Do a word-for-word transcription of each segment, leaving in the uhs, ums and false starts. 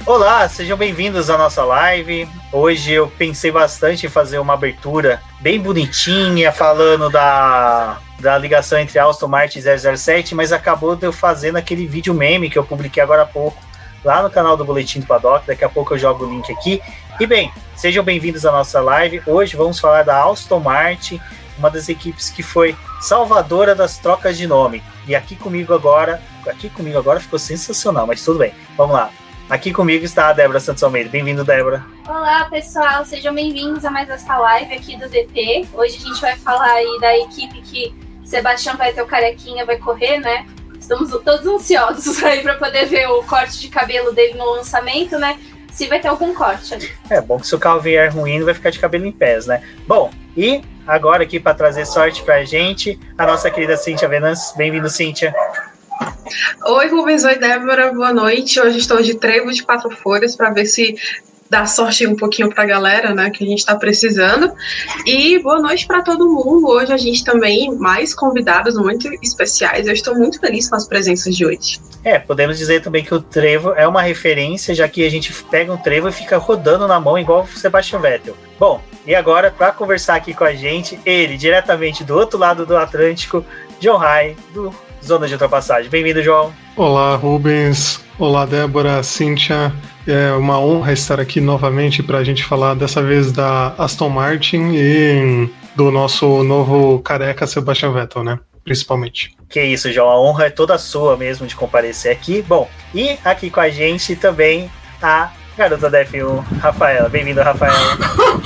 Olá, sejam bem-vindos à nossa live. Hoje eu pensei bastante em fazer uma abertura bem bonitinha, falando da, da ligação entre Aston Martin e zero zero sete, mas acabou de eu fazendo aquele vídeo meme que eu publiquei agora há pouco, lá no canal do Boletim do Paddock. Daqui a pouco eu jogo o link aqui. E bem, sejam bem-vindos à nossa live. Hoje vamos falar da Aston Martin, uma das equipes que foi salvadora das trocas de nome. E aqui comigo agora, aqui comigo agora ficou sensacional, mas tudo bem, vamos lá. Aqui comigo está a Débora Santos Almeida. Bem-vindo, Débora. Olá, pessoal. Sejam bem-vindos a mais essa live aqui do D P. Hoje a gente vai falar aí da equipe que Sebastian Vettel carequinha vai correr, né? Estamos todos ansiosos aí para poder ver o corte de cabelo dele no lançamento, né? Se vai ter algum corte ali. É bom que se o carro vier ruim, vai ficar de cabelo em pés, né? Bom, e agora aqui para trazer sorte pra gente, a nossa querida Cíntia Venâncio. Bem-vindo, Cíntia. Oi, Rubens. Oi, Débora. Boa noite. Hoje estou de trevo de quatro folhas para ver se dá sorte um pouquinho para a galera, né, que a gente está precisando. E boa noite para todo mundo. Hoje a gente também mais convidados muito especiais. Eu estou muito feliz com as presenças de hoje. É, podemos dizer também que o trevo é uma referência, já que a gente pega um trevo e fica rodando na mão igual o Sebastian Vettel. Bom, e agora para conversar aqui com a gente, ele diretamente do outro lado do Atlântico, John Rai, do Zona de Ultrapassagem. Bem-vindo, João. Olá, Rubens. Olá, Débora, Cíntia. É uma honra estar aqui novamente para a gente falar dessa vez da Aston Martin e do nosso novo careca Sebastian Vettel, né? Principalmente. Que isso, João. A honra é toda sua mesmo de comparecer aqui. Bom, e aqui com a gente também a garota da F um, Rafaela. Bem-vinda, Rafaela.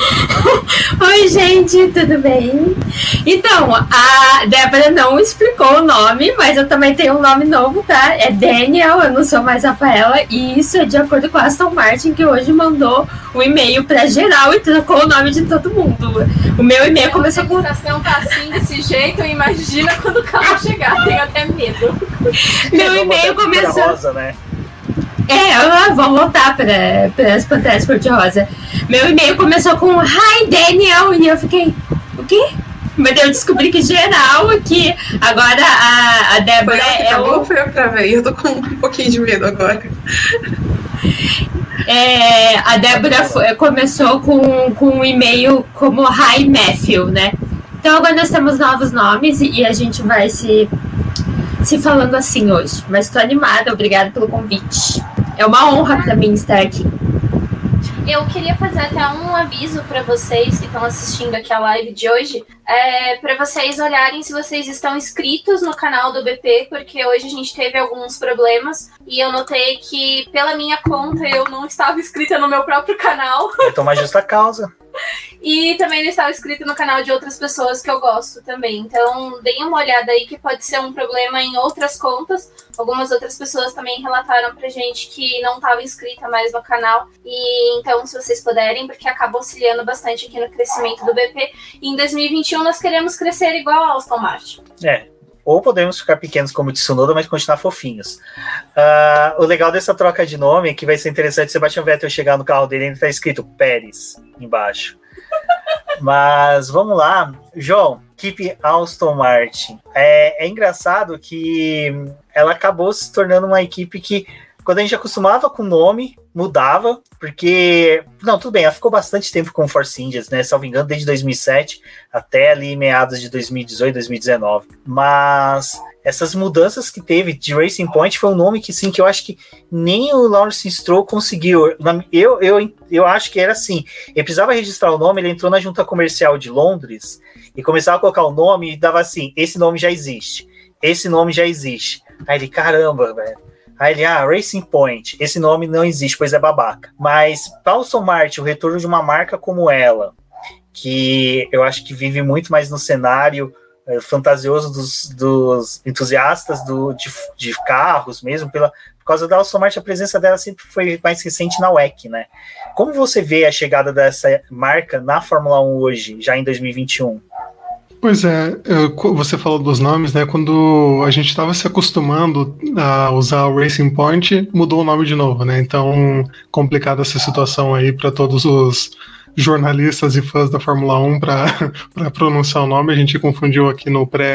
Oi, gente, tudo bem? Então, a Débora não explicou o nome, mas eu também tenho um nome novo, tá? É Daniel, eu não sou mais Rafaela, e isso é de acordo com a Aston Martin, que hoje mandou um e-mail pra geral e trocou o nome de todo mundo. O meu e-mail eu começou com... A tá assim, desse jeito, imagina quando o carro chegar, tenho até medo. Meu e-mail começou... Rosa, né? É, vamos voltar para as Panteras Cor-de-Rosa. Meu e-mail começou com Hi, Daniel, e eu fiquei, o quê? Mas eu descobri que geral, que agora a, a Débora foi é o... o... Foi eu que travei, eu tô com um pouquinho de medo agora. É, a Débora foi, começou com, com um e-mail como Hi, Matthew, né? Então agora nós temos novos nomes e, e a gente vai se... se falando assim hoje, mas estou animada, obrigada pelo convite. É uma honra para mim estar aqui. Eu queria fazer até um aviso para vocês que estão assistindo aqui a live de hoje, é, para vocês olharem se vocês estão inscritos no canal do B P, porque hoje a gente teve alguns problemas e eu notei que pela minha conta eu não estava inscrita no meu próprio canal. Vai tomar justa causa. E também não estava inscrito no canal de outras pessoas que eu gosto também. Então, deem uma olhada aí que pode ser um problema em outras contas. Algumas outras pessoas também relataram pra gente que não estava inscrita mais no canal. E então, se vocês puderem, porque acaba auxiliando bastante aqui no crescimento do B P. E em dois mil e vinte e um nós queremos crescer igual a Aston Martin. É. Ou podemos ficar pequenos como o Tsunoda, mas continuar fofinhos. Uh, o legal dessa troca de nome é que vai ser interessante se Sebastian Vettel chegar no carro dele e ainda está escrito Pérez embaixo. Mas vamos lá. João, equipe Aston Martin. É, é engraçado que ela acabou se tornando uma equipe que, quando a gente acostumava com o nome, mudava, porque... Não, tudo bem, ela ficou bastante tempo com o Force Indias, né? Salvo engano, desde dois mil e sete até ali meados de dois mil e dezoito, dois mil e dezenove. Mas essas mudanças que teve de Racing Point foi um nome que, sim, que eu acho que nem o Lawrence Stroll conseguiu. Eu, eu, eu acho que era assim, ele precisava registrar o nome, ele entrou na junta comercial de Londres e começava a colocar o nome e dava assim, esse nome já existe, esse nome já existe. Aí ele, caramba, velho. Aí ele, ah, Racing Point, esse nome não existe, pois é babaca. Mas para o Aston Martin, o retorno de uma marca como ela, que eu acho que vive muito mais no cenário é, fantasioso dos, dos entusiastas do, de, de carros mesmo, pela, por causa da Aston Martin, a presença dela sempre foi mais recente na W E C, né? Como você vê a chegada dessa marca na Fórmula um hoje, já em dois mil e vinte e um? Pois é, você falou dos nomes, né? Quando a gente estava se acostumando a usar o Racing Point, mudou o nome de novo, né? Então, complicada essa situação aí para todos os jornalistas e fãs da Fórmula um para pronunciar o nome. A gente confundiu aqui no pré,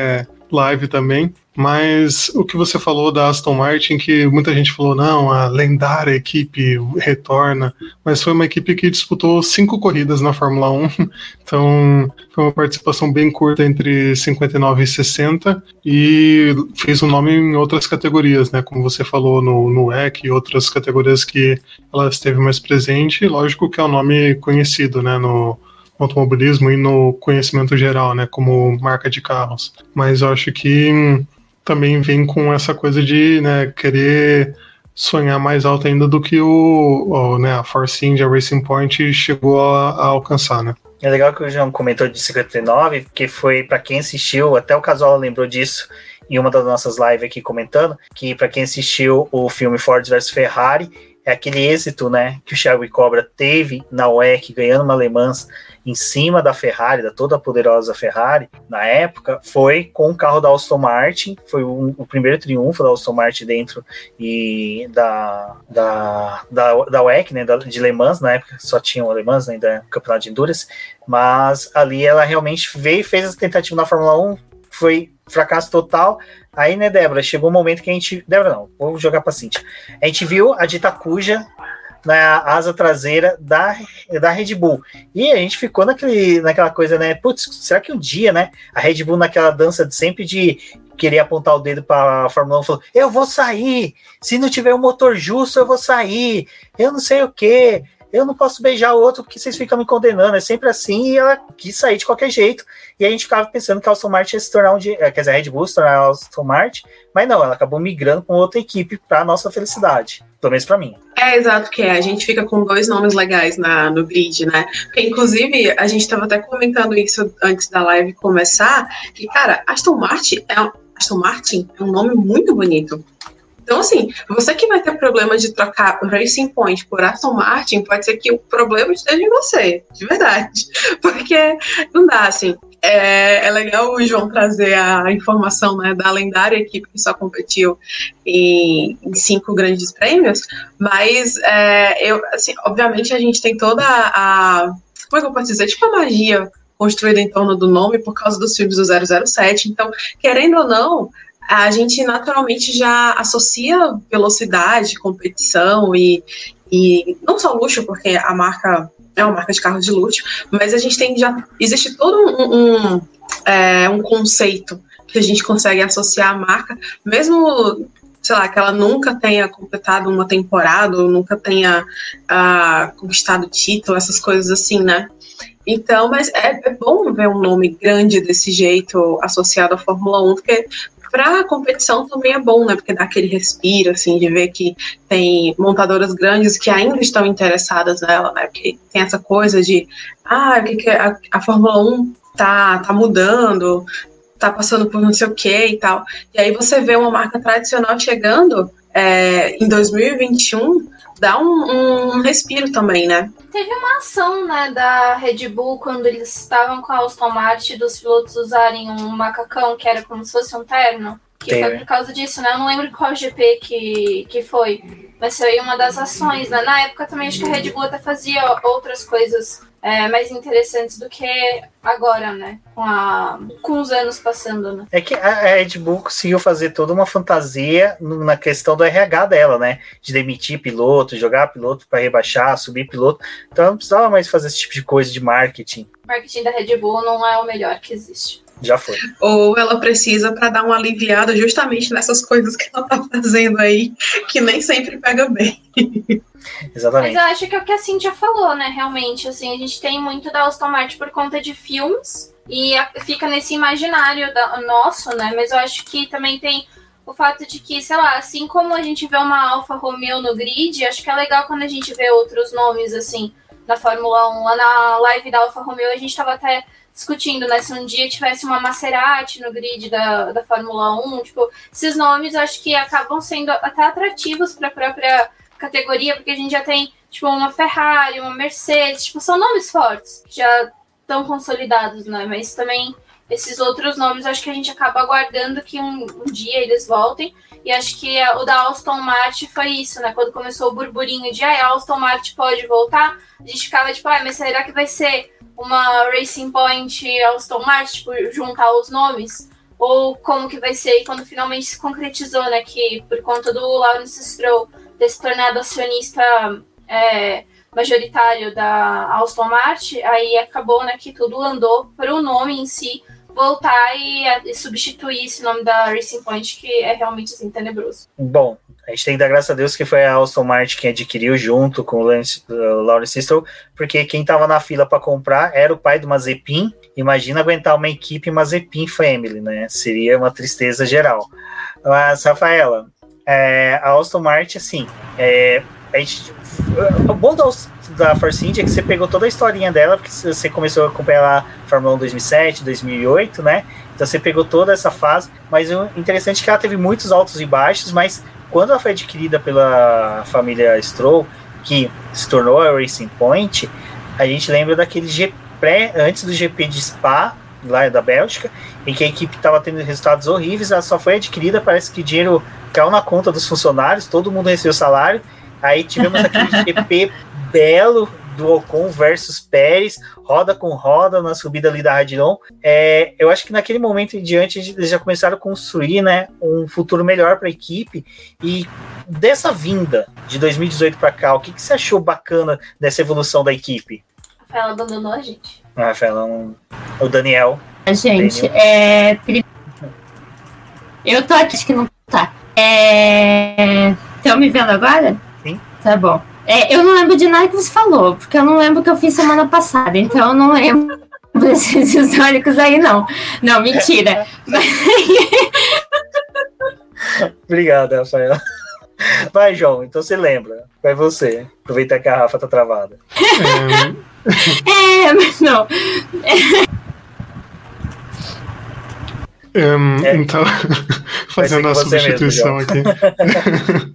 live também. Mas o que você falou da Aston Martin, que muita gente falou, não, a lendária equipe retorna, mas foi uma equipe que disputou cinco corridas na Fórmula um, então foi uma participação bem curta entre cinquenta e nove e sessenta, e fez um nome em outras categorias, né, como você falou no, no W E C e outras categorias que ela esteve mais presente. Lógico que é um nome conhecido, né, no automobilismo e no conhecimento geral, né, como marca de carros, mas eu acho que hum, também vem com essa coisa de, né, querer sonhar mais alto ainda do que o, o né, a Force India Racing Point chegou a, a alcançar, né. É legal que o João comentou de cinquenta e nove, porque foi, para quem assistiu, até o Casual lembrou disso em uma das nossas lives aqui comentando, que para quem assistiu o filme Ford versus Ferrari, é aquele êxito, né, que o Shelby Cobra teve na W E C, ganhando uma Le Mans em cima da Ferrari, da toda poderosa Ferrari, na época, foi com o carro da Aston Martin, foi o, o primeiro triunfo da Aston Martin dentro e da, da, da, da W E C, né, da, de Le Mans, na época só tinha o Le Mans, né, ainda campeonato de Endurance, mas ali ela realmente veio e fez essa tentativa na Fórmula um, foi fracasso total. Aí, né, Débora, chegou um momento que a gente... Débora não, vou jogar pra Cíntia. A gente viu a Dita Cuja na asa traseira da, da Red Bull. E a gente ficou naquele, naquela coisa, né? Putz, será que um dia, né? A Red Bull naquela dança de sempre de querer apontar o dedo para a Fórmula um, falou, eu vou sair, se não tiver um motor justo, eu vou sair, eu não sei o quê, eu não posso beijar o outro porque vocês ficam me condenando, é sempre assim, e ela quis sair de qualquer jeito, e a gente ficava pensando que a Aston Martin ia se tornar um dia, quer dizer, a Red Bull se tornar a Aston Martin, mas não, ela acabou migrando com outra equipe para nossa felicidade, pelo menos para mim. É, exato, que é, a gente fica com dois nomes legais na, no grid, né, porque inclusive a gente estava até comentando isso antes da live começar, que cara, Aston Martin é um, Aston Martin é um nome muito bonito. Então, assim, você que vai ter problema de trocar o Racing Point por Aston Martin, pode ser que o problema esteja em você, de verdade. Porque não dá, assim. É, é legal o João trazer a informação, né, da lendária equipe que só competiu em, em cinco grandes prêmios, mas, é, eu, assim, obviamente a gente tem toda a... Como é que eu posso dizer? Tipo a magia construída em torno do nome por causa dos filmes do zero zero sete. Então, querendo ou não, a gente naturalmente já associa velocidade, competição e, e não só luxo, porque a marca é uma marca de carros de luxo, mas a gente tem já existe todo um, um, é, um conceito que a gente consegue associar à marca, mesmo, sei lá, que ela nunca tenha completado uma temporada, ou nunca tenha uh, conquistado título, essas coisas assim, né? Então, mas é, é bom ver um nome grande desse jeito associado à Fórmula um, porque para a competição também é bom, né? Porque dá aquele respiro, assim, de ver que tem montadoras grandes que ainda estão interessadas nela, né? Porque tem essa coisa de, ah, que, que a, a Fórmula um tá, tá mudando, tá passando por não sei o que e tal. E aí você vê uma marca tradicional chegando é, em dois mil e vinte e um, dá um, um respiro também, né? Teve uma ação, né, da Red Bull quando eles estavam com a Aston Martin dos pilotos usarem um macacão que era como se fosse um terno. Que Tem. Foi por causa disso, né? Eu não lembro qual G P que, que foi. Mas foi uma das ações, né? Na época também acho que a Red Bull até fazia outras coisas é, mais interessantes do que agora, né? Com, a, com os anos passando, né? É que a Red Bull conseguiu fazer toda uma fantasia na questão do R H dela, né? De demitir piloto, jogar piloto para rebaixar, subir piloto. Então ela não precisava mais fazer esse tipo de coisa de marketing. O marketing da Red Bull não é o melhor que existe. Já foi. Ou ela precisa para dar uma aliviada justamente nessas coisas que ela tá fazendo aí, que nem sempre pega bem. Exatamente. Mas eu acho que é o que a Cíntia falou, né? Realmente, assim, a gente tem muito da Aston Martin por conta de filmes e a, fica nesse imaginário da, nosso, né? Mas eu acho que também tem o fato de que, sei lá, assim como a gente vê uma Alfa Romeo no grid, acho que é legal quando a gente vê outros nomes, assim, na Fórmula um. Lá na live da Alfa Romeo a gente tava até discutindo, né, se um dia tivesse uma Maserati no grid da, da Fórmula um, tipo, esses nomes eu acho que acabam sendo até atrativos para a própria categoria, porque a gente já tem, tipo, uma Ferrari, uma Mercedes, tipo, são nomes fortes, que já estão consolidados, né, mas também esses outros nomes eu acho que a gente acaba aguardando que um, um dia eles voltem, e acho que o da Aston Martin foi isso, né, quando começou o burburinho de, ah, a Aston Martin pode voltar, a gente ficava tipo, ah, mas será que vai ser uma Racing Point Aston Martin, tipo, juntar os nomes? ou como que vai ser, e quando finalmente se concretizou, né, que por conta do Lawrence Stroll ter se tornado acionista é, majoritário da Aston Martin, aí acabou, né, que tudo andou para o nome em si voltar e, e substituir esse nome da Racing Point, que é realmente assim, tenebroso. Bom, a gente tem que dar graças a Deus que foi a Aston Martin quem adquiriu junto com o Lance, uh, Lawrence Stroll, porque quem estava na fila para comprar era o pai do Mazepin. Imagina aguentar uma equipe Mazepin Family, né? Seria uma tristeza geral. Mas, Rafaela, é, a Aston Martin, assim, é, a gente, o bom da, da Force India é que você pegou toda a historinha dela, porque você começou a acompanhar a Fórmula um dois mil e sete, dois mil e oito, né? Então você pegou toda essa fase, mas o interessante é que ela teve muitos altos e baixos, mas quando ela foi adquirida pela família Stroll, que se tornou a Racing Point, a gente lembra daquele G P, antes do G P de Spa, lá da Bélgica, em que a equipe estava tendo resultados horríveis, ela só foi adquirida, parece que o dinheiro caiu na conta dos funcionários, todo mundo recebeu salário, aí tivemos aquele G P belo do Ocon versus Pérez, roda com roda na subida ali da Radilon. É, eu acho que naquele momento em diante eles já começaram a construir, né, um futuro melhor para a equipe. E dessa vinda de dois mil e dezoito para cá, o que, que você achou bacana dessa evolução da equipe? Rafael abandonou a gente. Ah, Rafael, não... o Daniel. Gente, Daniel. é... eu tô aqui, acho que não tá. É... Estão me vendo agora? Sim. Tá bom. É, eu não lembro de nada que você falou, porque eu não lembro o que eu fiz semana passada, então eu não lembro desses históricos aí, não. Não, mentira. Obrigado, Rafael. Vai, João, então você lembra. Vai você. Aproveita que a Rafa tá travada. É, mas não. Um, É. Então, fazendo a substituição mesmo, aqui.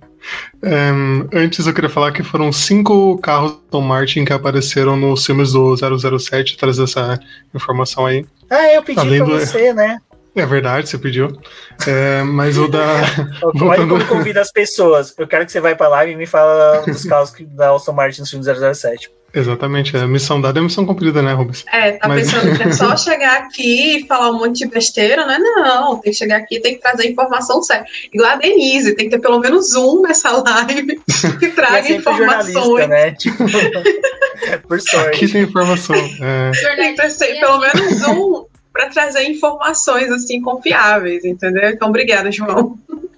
um, antes eu queria falar que foram cinco carros Aston Martin que apareceram nos filmes do zero zero sete, trazer essa informação aí. Ah, eu pedi Além pra do- você, né? É verdade, você pediu. É, mas o da. Olha voltando- como convida as pessoas. Eu quero que você vá pra live e me fala dos carros que- da Aston Martin no filme zero zero sete. Exatamente, a missão dada é a missão cumprida, né, Rubens? É, tá Mas- pensando que é só chegar aqui e falar um monte de besteira, né? Não, tem que chegar aqui e tem que trazer informação séria. Igual a Denise, tem que ter pelo menos um nessa live que E é traga sempre jornalista, informações. né? Tipo, por sorte. Aqui tem informação. É, Tem que ter pelo menos um para trazer informações assim confiáveis, entendeu? Então, obrigada, João.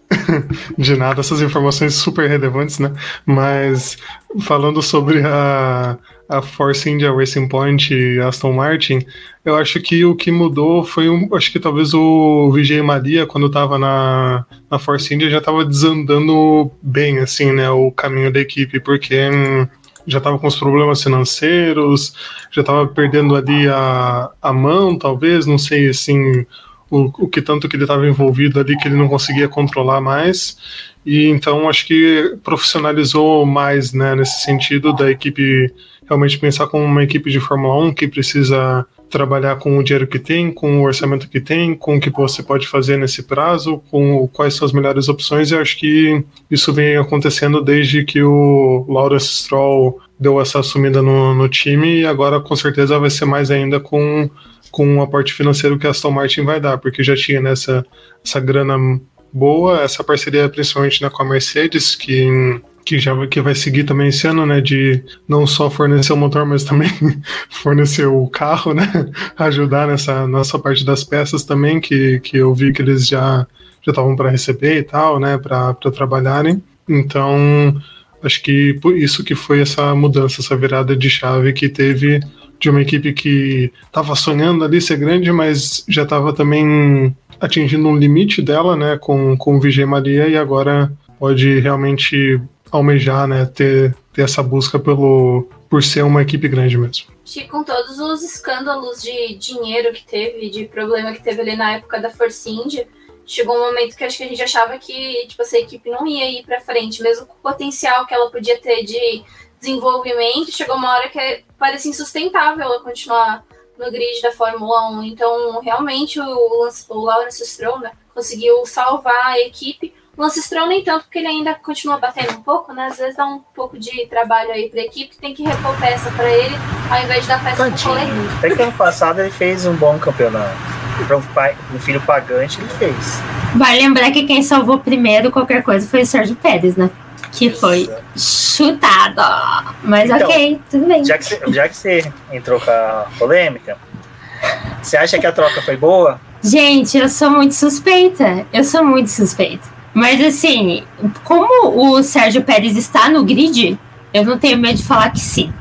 de nada, essas informações super relevantes, né? Mas falando sobre a, a Force India Racing Point e Aston Martin, eu acho que o que mudou foi, um, acho que talvez o Vijay Mallya, quando estava na, na Force India, já estava desandando bem, assim, né? O caminho da equipe, porque hum, já estava com os problemas financeiros, já estava perdendo ali a, a mão, talvez, não sei, assim... O, o que tanto que ele estava envolvido ali que ele não conseguia controlar mais, e então acho que profissionalizou mais, né, nesse sentido da equipe realmente pensar como uma equipe de Fórmula um que precisa trabalhar com o dinheiro que tem, com o orçamento que tem, com o que você pode fazer nesse prazo, com quais são as melhores opções, e eu acho que isso vem acontecendo desde que o Lawrence Stroll deu essa assumida no, no time, e agora com certeza vai ser mais ainda com com o aporte financeiro que a Aston Martin vai dar, porque já tinha nessa essa grana boa, essa parceria principalmente, né, com a Mercedes, que, que já que vai seguir também esse ano, né, de não só fornecer o motor, mas também fornecer o carro, né, ajudar nessa nossa parte das peças também, que, que eu vi que eles já já estavam para receber e tal, né, para trabalharem. Então, acho que por isso que foi essa mudança, essa virada de chave que teve de uma equipe que estava sonhando ali ser grande, mas já estava também atingindo um limite dela, né, com, com o Vijay Mallya, e agora pode realmente almejar, né, ter, ter essa busca pelo, por ser uma equipe grande mesmo. Acho que com todos os escândalos de dinheiro que teve, de problema que teve ali na época da Force India, chegou um momento que acho que a gente achava que tipo, essa equipe não ia ir para frente, mesmo com o potencial que ela podia ter de desenvolvimento, chegou uma hora que parecia insustentável ela continuar no grid da Fórmula um. Então, realmente, o, o Lawrence Stroll, né, conseguiu salvar a equipe. O Lance Stroll nem tanto, porque ele ainda continua batendo um pouco, né? Às vezes dá um pouco de trabalho aí para a equipe, tem que repor peça para ele, ao invés de dar peça para o Tadinho. coleguinha. Até que ano passado ele fez um bom campeonato. para um, pai, um filho pagante, ele fez. Vai lembrar que quem salvou primeiro qualquer coisa foi o Sérgio Pérez, né? Que foi chutado. Mas então, ok, tudo bem. Já que, você, já que você entrou com a polêmica, você acha que a troca foi boa? Gente, eu sou muito suspeita. Eu sou muito suspeita. Mas assim, como o Sérgio Pérez está no grid, eu não tenho medo de falar que sim.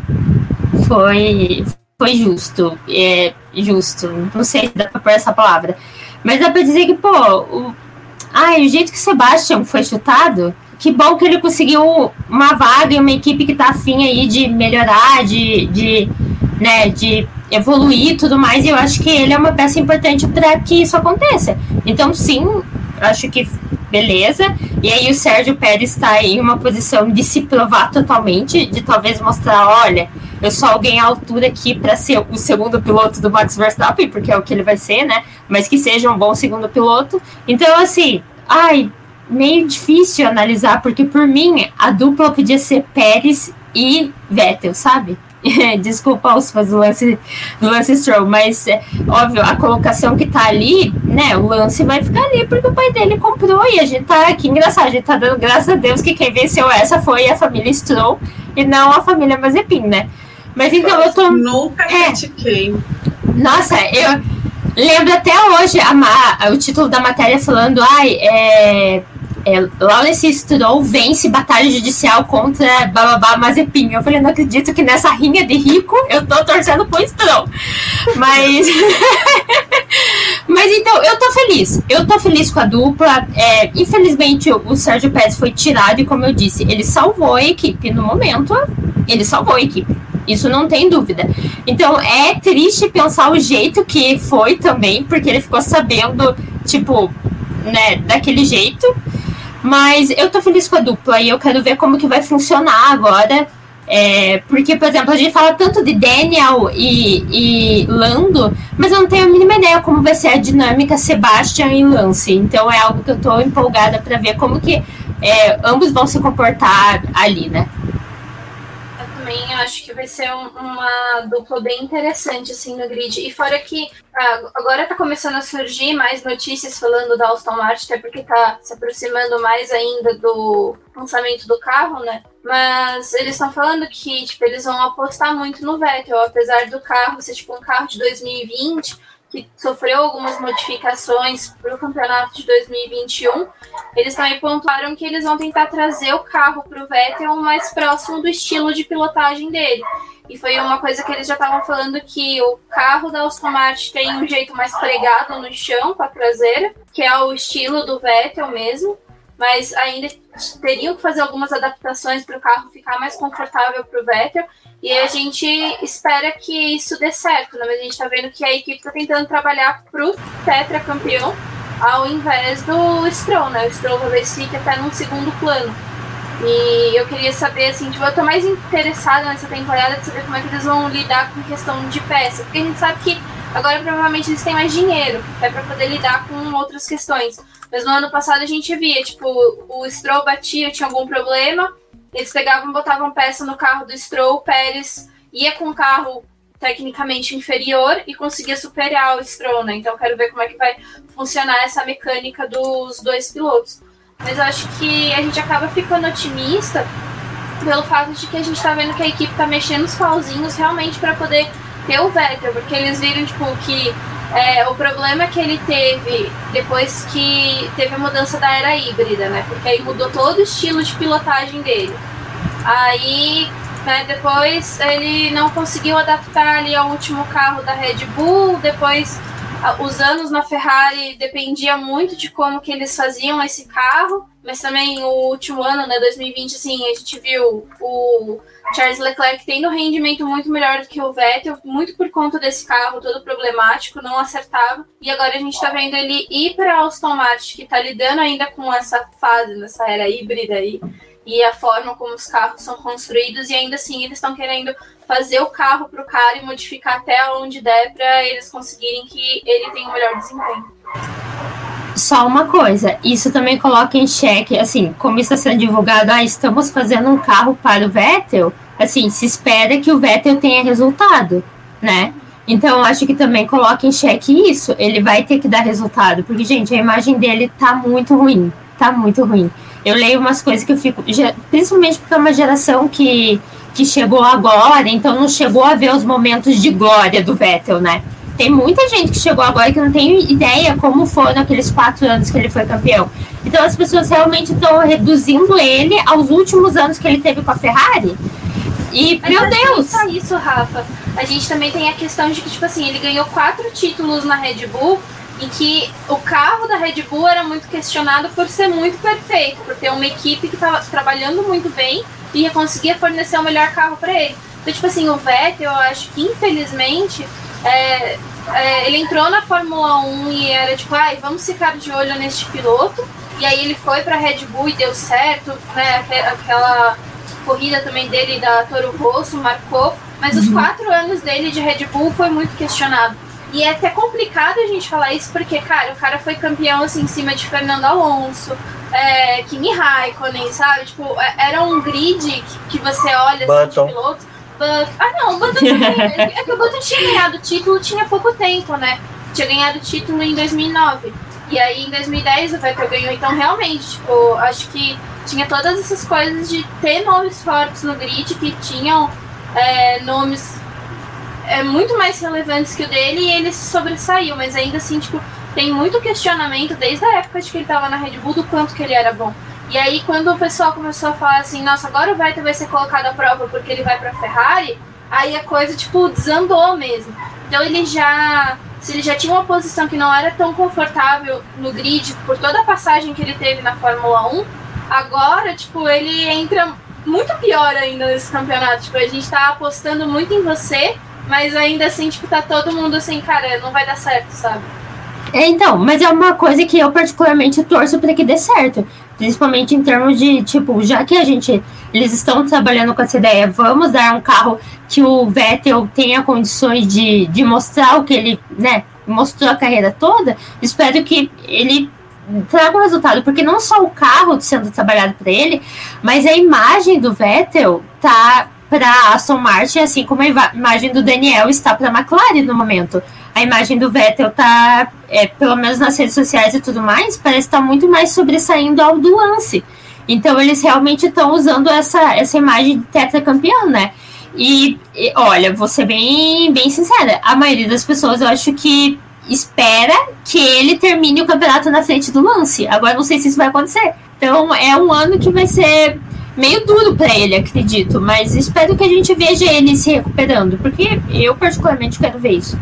Foi, foi justo. É justo. Não sei se dá pra pôr essa palavra. Mas dá pra dizer que, pô, o, ai, o jeito que o Sebastian foi chutado, que bom que ele conseguiu uma vaga em uma equipe que tá afim aí de melhorar, de, de, né, de evoluir e tudo mais. E eu acho que ele é uma peça importante para que isso aconteça. Então, sim, acho que beleza. E aí o Sérgio Pérez está em uma posição de se provar totalmente, de talvez mostrar, olha, eu sou alguém à altura aqui para ser o segundo piloto do Max Verstappen, porque é o que ele vai ser, né? Mas que seja um bom segundo piloto. Então, assim, ai, meio difícil analisar, porque por mim a dupla podia ser Pérez e Vettel, sabe? Desculpa os fãs do Lance, do Lance Stroll, mas é, óbvio, a colocação que tá ali, né, o Lance vai ficar ali porque o pai dele comprou e a gente tá aqui, engraçado, a gente tá dando graças a Deus que quem venceu essa foi a família Stroll e não a família Mazepin, né? Mas então eu tô... Nunca critiquei. É, nossa, eu lembro até hoje a, a, o título da matéria falando, ai, é... É, Lawrence Stroll vence batalha judicial contra Bababá Mazepin. Eu falei, não acredito que nessa rinha de rico eu tô torcendo pro Stroll. Mas mas então, eu tô feliz. Eu tô feliz com a dupla. É, infelizmente o Sérgio Pérez foi tirado e, como eu disse, ele salvou a equipe no momento. Ele salvou a equipe. Isso não tem dúvida. Então é triste pensar o jeito que foi também, porque ele ficou sabendo, tipo, né, daquele jeito. Mas eu tô feliz com a dupla e eu quero ver como que vai funcionar agora. É, porque, por exemplo, a gente fala tanto de Daniel e, e Lando, mas eu não tenho a mínima ideia como vai ser a dinâmica Sebastian e Lance. Então é algo que eu tô empolgada para ver como que é, ambos vão se comportar ali, né? Também acho que vai ser um, uma dupla bem interessante assim no grid. E fora que ah, agora tá começando a surgir mais notícias falando da Aston Martin, até porque tá se aproximando mais ainda do lançamento do carro, né? Mas eles estão falando que tipo, eles vão apostar muito no Vettel, apesar do carro ser tipo um carro de dois mil e vinte, que sofreu algumas modificações para o campeonato de dois mil e vinte e um, eles também pontuaram que eles vão tentar trazer o carro para o Vettel mais próximo do estilo de pilotagem dele. E foi uma coisa que eles já estavam falando, que o carro da Aston Martin tem um jeito mais pregado no chão, com a traseira, que é o estilo do Vettel mesmo, mas ainda teriam que fazer algumas adaptações para o carro ficar mais confortável para o Vettel. E a gente espera que isso dê certo, né? Mas a gente tá vendo que a equipe tá tentando trabalhar pro tetracampeão ao invés do Stroll, né? O Stroll talvez fique até num segundo plano. E eu queria saber, assim, tipo, eu tô mais interessada nessa temporada de saber como é que eles vão lidar com questão de peça. Porque a gente sabe que agora provavelmente eles têm mais dinheiro, até pra poder lidar com outras questões. Mas no ano passado a gente via, tipo, o Stroll batia, tinha algum problema, eles pegavam, botavam peça no carro do Stroll, o Pérez ia com um carro tecnicamente inferior e conseguia superar o Stroll, né? Então eu quero ver como é que vai funcionar essa mecânica dos dois pilotos. Mas eu acho que a gente acaba ficando otimista pelo fato de que a gente tá vendo que a equipe tá mexendo os pauzinhos realmente para poder ter o Vettel, porque eles viram, tipo, que é, o problema que ele teve depois que teve a mudança da era híbrida, né? Porque aí mudou todo o estilo de pilotagem dele. Aí, né, depois ele não conseguiu adaptar ali ao último carro da Red Bull, depois os anos na Ferrari dependia muito de como que eles faziam esse carro, mas também o último ano, né, dois mil e vinte, assim, a gente viu o Charles Leclerc tendo um rendimento muito melhor do que o Vettel, muito por conta desse carro todo problemático, não acertava, e agora a gente tá vendo ele ir para a Aston Martin, que tá lidando ainda com essa fase, nessa era híbrida aí, e a forma como os carros são construídos, e ainda assim eles estão querendo fazer o carro pro cara e modificar até onde der para eles conseguirem que ele tenha um melhor desempenho. Só uma coisa, isso também coloca em xeque, assim, como está sendo divulgado, ah, estamos fazendo um carro para o Vettel, assim, se espera que o Vettel tenha resultado, né? Então, eu acho que também coloca em xeque isso. Ele vai ter que dar resultado. Porque, gente, a imagem dele tá muito ruim. Tá muito ruim. Eu leio umas coisas que eu fico... Principalmente porque é uma geração que, que chegou agora, então não chegou a ver os momentos de glória do Vettel, né? Tem muita gente que chegou agora que não tem ideia como foram aqueles quatro anos que ele foi campeão. Então, as pessoas realmente estão reduzindo ele aos últimos anos que ele teve com a Ferrari. E, Mas meu Deus! Não só isso, Rafa. A gente também tem a questão de que, tipo assim, ele ganhou quatro títulos na Red Bull e que o carro da Red Bull era muito questionado por ser muito perfeito, por ter uma equipe que estava trabalhando muito bem e conseguia fornecer o melhor carro para ele. Então, tipo assim, o Vettel, eu acho que, infelizmente, é, é, ele entrou na Fórmula um e era tipo, ai, vamos ficar de olho neste piloto. E aí ele foi pra Red Bull e deu certo, né? Aquela corrida também dele da Toro Rosso marcou, mas os quatro anos dele de Red Bull foi muito questionado. E é até complicado a gente falar isso, porque, cara, o cara foi campeão, assim, em cima de Fernando Alonso, é, Kimi Raikkonen, sabe? Tipo, era um grid que, que você olha, assim, de pilotos. But... Ah, não, o Button tinha... É que o Button tinha ganhado o título tinha pouco tempo, né? Tinha ganhado o título em dois mil e nove. E aí, em dois mil e dez, o Vettel ganhou. Então, realmente, tipo, acho que tinha todas essas coisas de ter nomes fortes no grid, que tinham é, nomes é, muito mais relevantes que o dele, e ele se sobressaiu. Mas ainda assim, tipo, tem muito questionamento desde a época de que ele tava na Red Bull do quanto que ele era bom. E aí, quando o pessoal começou a falar assim, nossa, agora o Vettel vai ser colocado à prova porque ele vai pra Ferrari, aí a coisa, tipo, desandou mesmo. Então ele já... Se ele já tinha uma posição que não era tão confortável no grid por toda a passagem que ele teve na Fórmula um, agora, tipo, ele entra muito pior ainda nesse campeonato. Tipo, a gente tá apostando muito em você, mas ainda assim, tipo, tá todo mundo assim, cara, não vai dar certo, sabe? É, então, mas é uma coisa que eu particularmente torço para que dê certo. Principalmente em termos de, tipo, já que a gente, eles estão trabalhando com essa ideia, vamos dar um carro que o Vettel tenha condições de, de mostrar o que ele, né, mostrou a carreira toda, espero que ele traga um resultado, porque não só o carro sendo trabalhado para ele, mas a imagem do Vettel tá para Aston Martin, assim como a imagem do Daniel está para a McLaren no momento. A imagem do Vettel tá, é, pelo menos nas redes sociais e tudo mais, parece estar tá muito mais sobressaindo ao do Lance. Então eles realmente estão usando essa, essa imagem de tetracampeão, né? E, e olha, vou ser bem, bem sincera, a maioria das pessoas eu acho que espera que ele termine o campeonato na frente do Lance. Agora não sei se isso vai acontecer. Então é um ano que vai ser meio duro para ele, acredito, mas espero que a gente veja ele se recuperando, porque eu particularmente quero ver isso.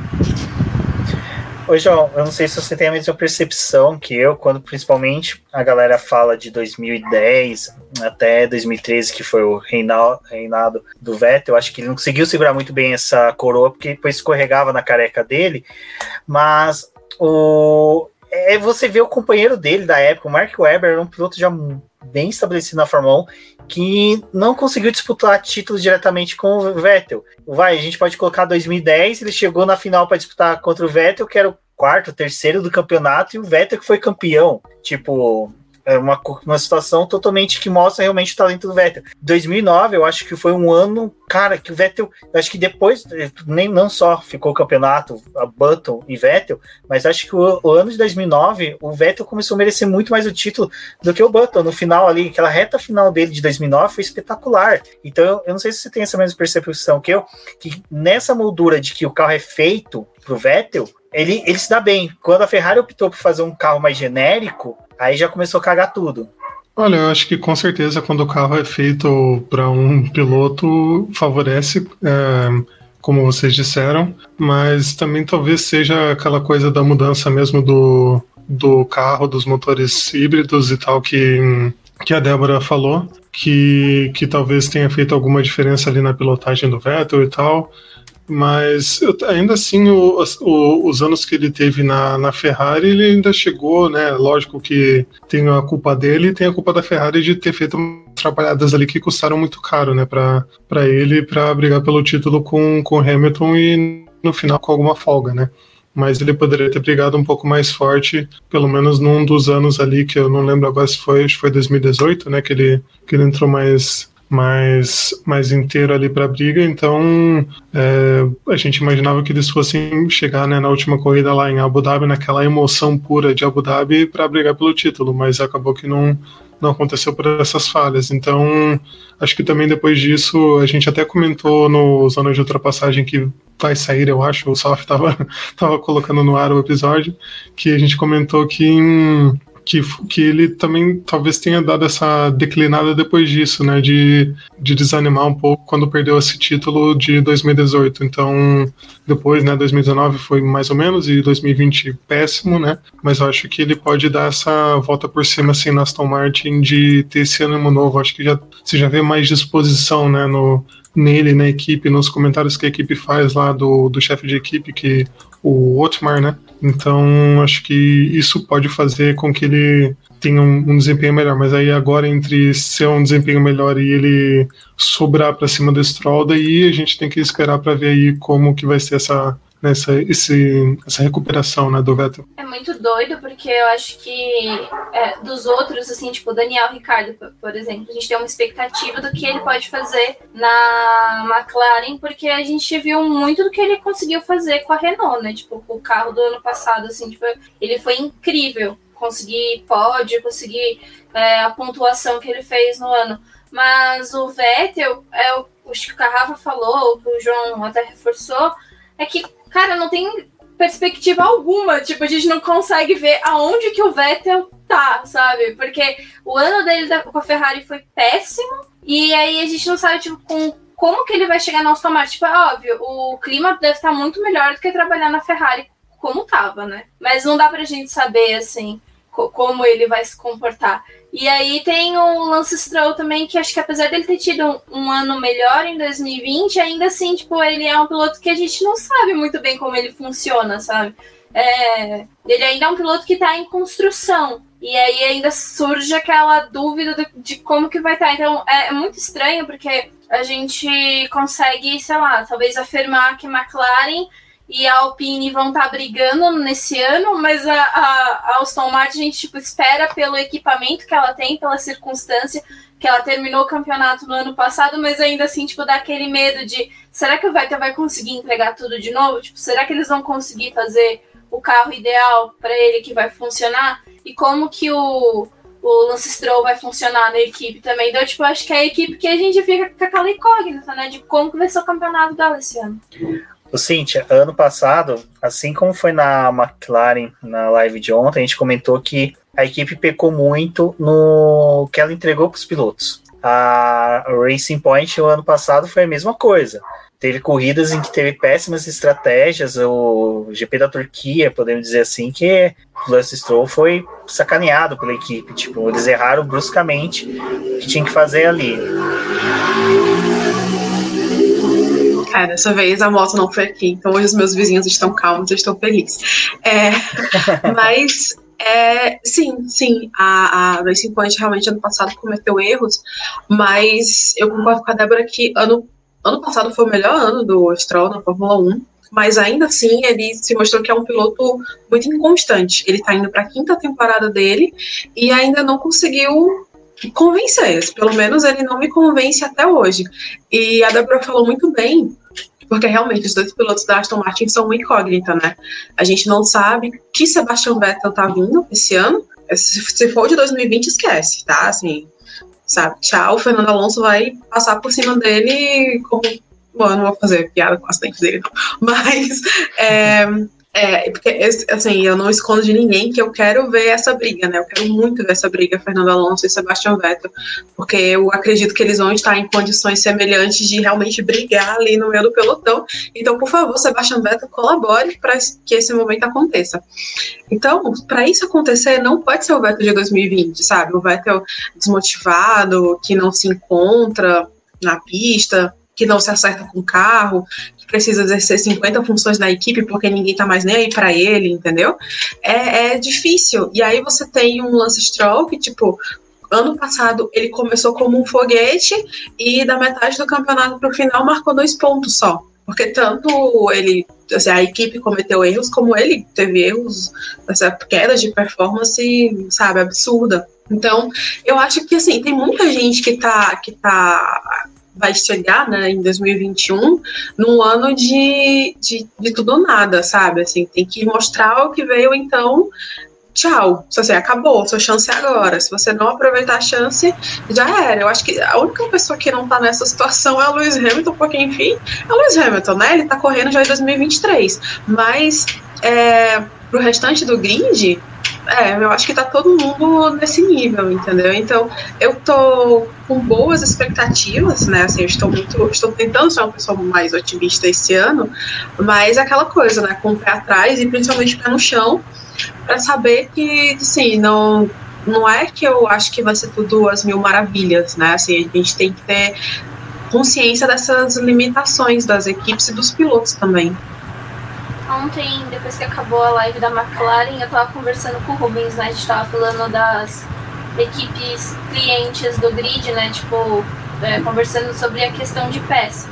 Ô, João, eu não sei se você tem a mesma percepção que eu, quando principalmente a galera fala de dois mil e dez até dois mil e treze, que foi o reinado, reinado do Vettel. Eu acho que ele não conseguiu segurar muito bem essa coroa, porque depois escorregava na careca dele, mas o... é, você vê o companheiro dele da época, o Mark Webber, era um piloto já bem estabelecido na Fórmula um, que não conseguiu disputar títulos diretamente com o Vettel. Vai, a gente pode colocar dois mil e dez, ele chegou na final para disputar contra o Vettel, que era o quarto, terceiro do campeonato, e o Vettel que foi campeão. Tipo, é uma, uma situação totalmente que mostra realmente o talento do Vettel. dois mil e nove, eu acho que foi um ano, cara, que o Vettel, acho que depois, nem não só ficou o campeonato, a Button e Vettel, mas acho que o, o ano de dois mil e nove, o Vettel começou a merecer muito mais o título do que o Button. No final ali, aquela reta final dele de dois mil e nove foi espetacular. Então, eu, eu não sei se você tem essa mesma percepção que eu, que nessa moldura de que o carro é feito pro Vettel, ele, ele se dá bem. Quando a Ferrari optou por fazer um carro mais genérico, aí já começou a cagar tudo. Olha, eu acho que com certeza quando o carro é feito para um piloto, favorece, é, como vocês disseram, mas também talvez seja aquela coisa da mudança mesmo do, do carro, dos motores híbridos e tal, que, que a Débora falou, que, que talvez tenha feito alguma diferença ali na pilotagem do Vettel e tal. Mas eu, ainda assim, o, o, os anos que ele teve na, na Ferrari, ele ainda chegou, né? Lógico que tem a culpa dele e tem a culpa da Ferrari de ter feito trabalhadas ali que custaram muito caro, né? Para ele, para brigar pelo título com o Hamilton e no final com alguma folga, né? Mas ele poderia ter brigado um pouco mais forte, pelo menos num dos anos ali, que eu não lembro agora se foi, acho que foi dois mil e dezoito, né? Que ele, que ele entrou mais... mais, mais inteiro ali para a briga, então é, a gente imaginava que eles fossem chegar, né, na última corrida lá em Abu Dhabi, naquela emoção pura de Abu Dhabi para brigar pelo título, mas acabou que não, não aconteceu por essas falhas. Então acho que também depois disso a gente até comentou no Zona de Ultrapassagem que vai sair, eu acho, o Salf estava tava colocando no ar o episódio, que a gente comentou que em, Que, que ele também talvez tenha dado essa declinada depois disso, né, de, de desanimar um pouco quando perdeu esse título de dois mil e dezoito. Então, depois, né, dois mil e dezenove foi mais ou menos, e dois mil e vinte péssimo, né, mas eu acho que ele pode dar essa volta por cima, assim, na Aston Martin, de ter esse ânimo novo. Acho que já, você já vê mais disposição, né, no, nele, na equipe, nos comentários que a equipe faz lá do, do chefe de equipe, que o Otmar, né? Então, acho que isso pode fazer com que ele tenha um, um desempenho melhor. Mas aí agora, entre ser um desempenho melhor e ele sobrar para cima do Stroll, daí a gente tem que esperar para ver aí como que vai ser essa, essa, esse, essa recuperação, né, do Vettel. É muito doido, porque eu acho que é, dos outros, assim, tipo o Daniel Ricciardo, por exemplo, a gente tem uma expectativa do que ele pode fazer na McLaren, porque a gente viu muito do que ele conseguiu fazer com a Renault, né, tipo, o carro do ano passado, assim, tipo, ele foi incrível, conseguir pódio, conseguir é, a pontuação que ele fez no ano, mas o Vettel, é, o, o que a Rafa falou, o que o João até reforçou, é que, cara, não tem perspectiva alguma, tipo, a gente não consegue ver aonde que o Vettel tá, sabe? Porque o ano dele com a Ferrari foi péssimo, e aí a gente não sabe, tipo, com, como que ele vai chegar na Aston Martin. Tipo, é óbvio, o clima deve estar muito melhor do que trabalhar na Ferrari como tava, né? Mas não dá pra gente saber, assim, co- como ele vai se comportar. E aí tem o Lance Stroll também, que acho que apesar dele ter tido um, um ano melhor em dois mil e vinte, ainda assim, tipo, ele é um piloto que a gente não sabe muito bem como ele funciona, sabe? É, ele ainda é um piloto que tá em construção. E aí ainda surge aquela dúvida de, de como que vai estar. Então é, é muito estranho, porque a gente consegue, sei lá, talvez afirmar que McLaren e a Alpine vão estar brigando nesse ano, mas a, a, a Aston Martin a gente tipo, espera pelo equipamento que ela tem, pela circunstância que ela terminou o campeonato no ano passado, mas ainda assim, tipo, dá aquele medo de, será que o Vettel vai conseguir entregar tudo de novo? Tipo, será que eles vão conseguir fazer o carro ideal para ele que vai funcionar? E como que o, o Lance Stroll vai funcionar na equipe também? Então, tipo, acho que é a equipe que a gente fica com aquela incógnita, né, de como que vai ser o campeonato dela esse ano. O Cíntia, ano passado, assim como foi na McLaren, na live de ontem, a gente comentou que a equipe pecou muito no que ela entregou para os pilotos. A Racing Point, o ano passado, foi a mesma coisa. Teve corridas em que teve péssimas estratégias, o G P da Turquia, podemos dizer assim, que o Lance Stroll foi sacaneado pela equipe. Tipo, eles erraram bruscamente o que tinha que fazer ali. É, dessa vez a moto não foi aqui, então hoje os meus vizinhos estão calmos, eu estou feliz. É, mas, é, sim, sim, a, a Racing Point realmente ano passado cometeu erros, mas eu concordo com a Débora que ano, ano passado foi o melhor ano do Stroll na Fórmula um, mas ainda assim ele se mostrou que é um piloto muito inconstante. Ele está indo para a quinta temporada dele e ainda não conseguiu convencer, pelo menos ele não me convence até hoje. E a Débora falou muito bem, porque realmente os dois pilotos da Aston Martin são uma incógnita, né? A gente não sabe que Sebastian Vettel tá vindo esse ano. Se for de dois mil e vinte, esquece, tá? Assim, sabe? Tchau, o Fernando Alonso vai passar por cima dele como... Bom, eu não vou fazer piada com o acidente dele, não. Mas, é... É, porque, assim, eu não escondo de ninguém que eu quero ver essa briga, né? Eu quero muito ver essa briga, Fernando Alonso e Sebastian Vettel, porque eu acredito que eles vão estar em condições semelhantes de realmente brigar ali no meio do pelotão. Então, por favor, Sebastian Vettel, colabore para que esse momento aconteça. Então, para isso acontecer, não pode ser o Vettel de dois mil e vinte, sabe? O Vettel desmotivado, que não se encontra na pista, que não se acerta com o carro, que precisa exercer cinquenta funções na equipe porque ninguém tá mais nem aí pra ele, entendeu? É, é difícil. E aí você tem um Lance Stroll que, tipo, ano passado ele começou como um foguete e da metade do campeonato pro final marcou dois pontos só. Porque tanto ele, assim, a equipe cometeu erros, como ele teve erros, essa queda de performance, sabe, absurda. Então, eu acho que, assim, tem muita gente que tá, que tá vai chegar, né, em dois mil e vinte e um, num ano de, de, de tudo ou nada, sabe? Assim, tem que mostrar o que veio, então, tchau. Se você acabou, sua chance é agora. Se você não aproveitar a chance, já era. Eu acho que a única pessoa que não tá nessa situação é o Lewis Hamilton, porque, enfim, é o Lewis Hamilton, né? Ele tá correndo já em dois mil e vinte e três. Mas, é, pro restante do grid, é, eu acho que tá todo mundo nesse nível, entendeu? Então, eu tô com boas expectativas, né? Assim, eu estou muito, estou tentando ser uma pessoa mais otimista esse ano, mas aquela coisa, né? Com o pé atrás e principalmente pé no chão, para saber que, assim, não, não é que eu acho que vai ser tudo as mil maravilhas, né? Assim, a gente tem que ter consciência dessas limitações das equipes e dos pilotos também. Ontem, depois que acabou a live da McLaren, eu tava conversando com o Rubens, né? A gente tava falando das equipes clientes do grid, né? Tipo, é, conversando sobre a questão de peça.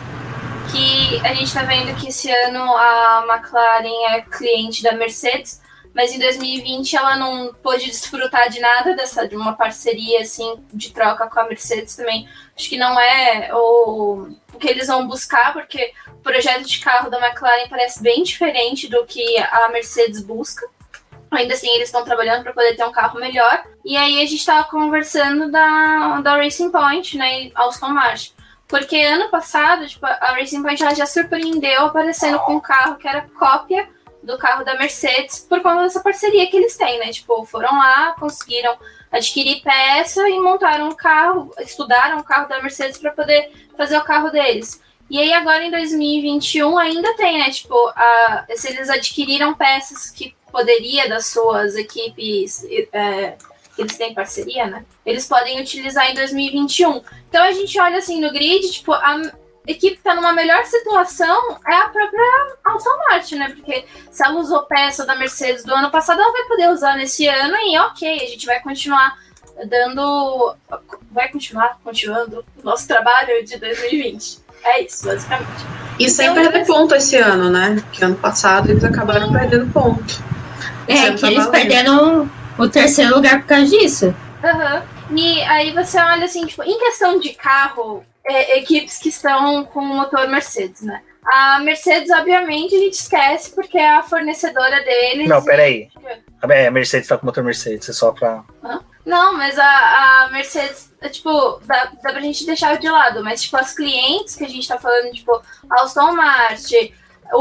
Que a gente tá vendo que esse ano a McLaren é cliente da Mercedes, mas em dois mil e vinte ela não pôde desfrutar de nada dessa, de uma parceria assim, de troca com a Mercedes também. Acho que não é o, o que eles vão buscar, porque o projeto de carro da McLaren parece bem diferente do que a Mercedes busca. Ainda assim, eles estão trabalhando para poder ter um carro melhor. E aí a gente estava conversando da, da Racing Point, né, e Aston Martin. Porque ano passado, tipo, a Racing Point ela já surpreendeu aparecendo com um carro que era cópia do carro da Mercedes por conta dessa parceria que eles têm, né? Tipo, foram lá, conseguiram adquirir peça e montaram um carro, estudaram o carro da Mercedes para poder fazer o carro deles. E aí agora em dois mil e vinte e um ainda tem, né? Tipo, a, se eles adquiriram peças que poderia das suas equipes, é, eles têm parceria, né? Eles podem utilizar em dois mil e vinte e um. Então a gente olha assim no grid, tipo, a equipe que tá numa melhor situação é a própria Aston Martin, né? Porque se ela usou peça da Mercedes do ano passado, ela vai poder usar nesse ano e ok, a gente vai continuar dando... Vai continuar continuando o nosso trabalho de dois mil e vinte. É isso, basicamente. E então, sem perder ponto esse ano, né? Que ano passado eles acabaram perdendo ponto. É, que eles perderam o terceiro lugar por causa disso. Aham. Uhum. E aí você olha assim, tipo, em questão de carro, é, equipes que estão com o motor Mercedes, né? A Mercedes, obviamente, a gente esquece porque é a fornecedora deles. Não, peraí. A Mercedes tá com o motor Mercedes, é só pra... Hã? Não, mas a, a Mercedes, tipo, dá, dá pra gente deixar de lado, mas, tipo, as clientes que a gente tá falando, tipo, Aston Martin,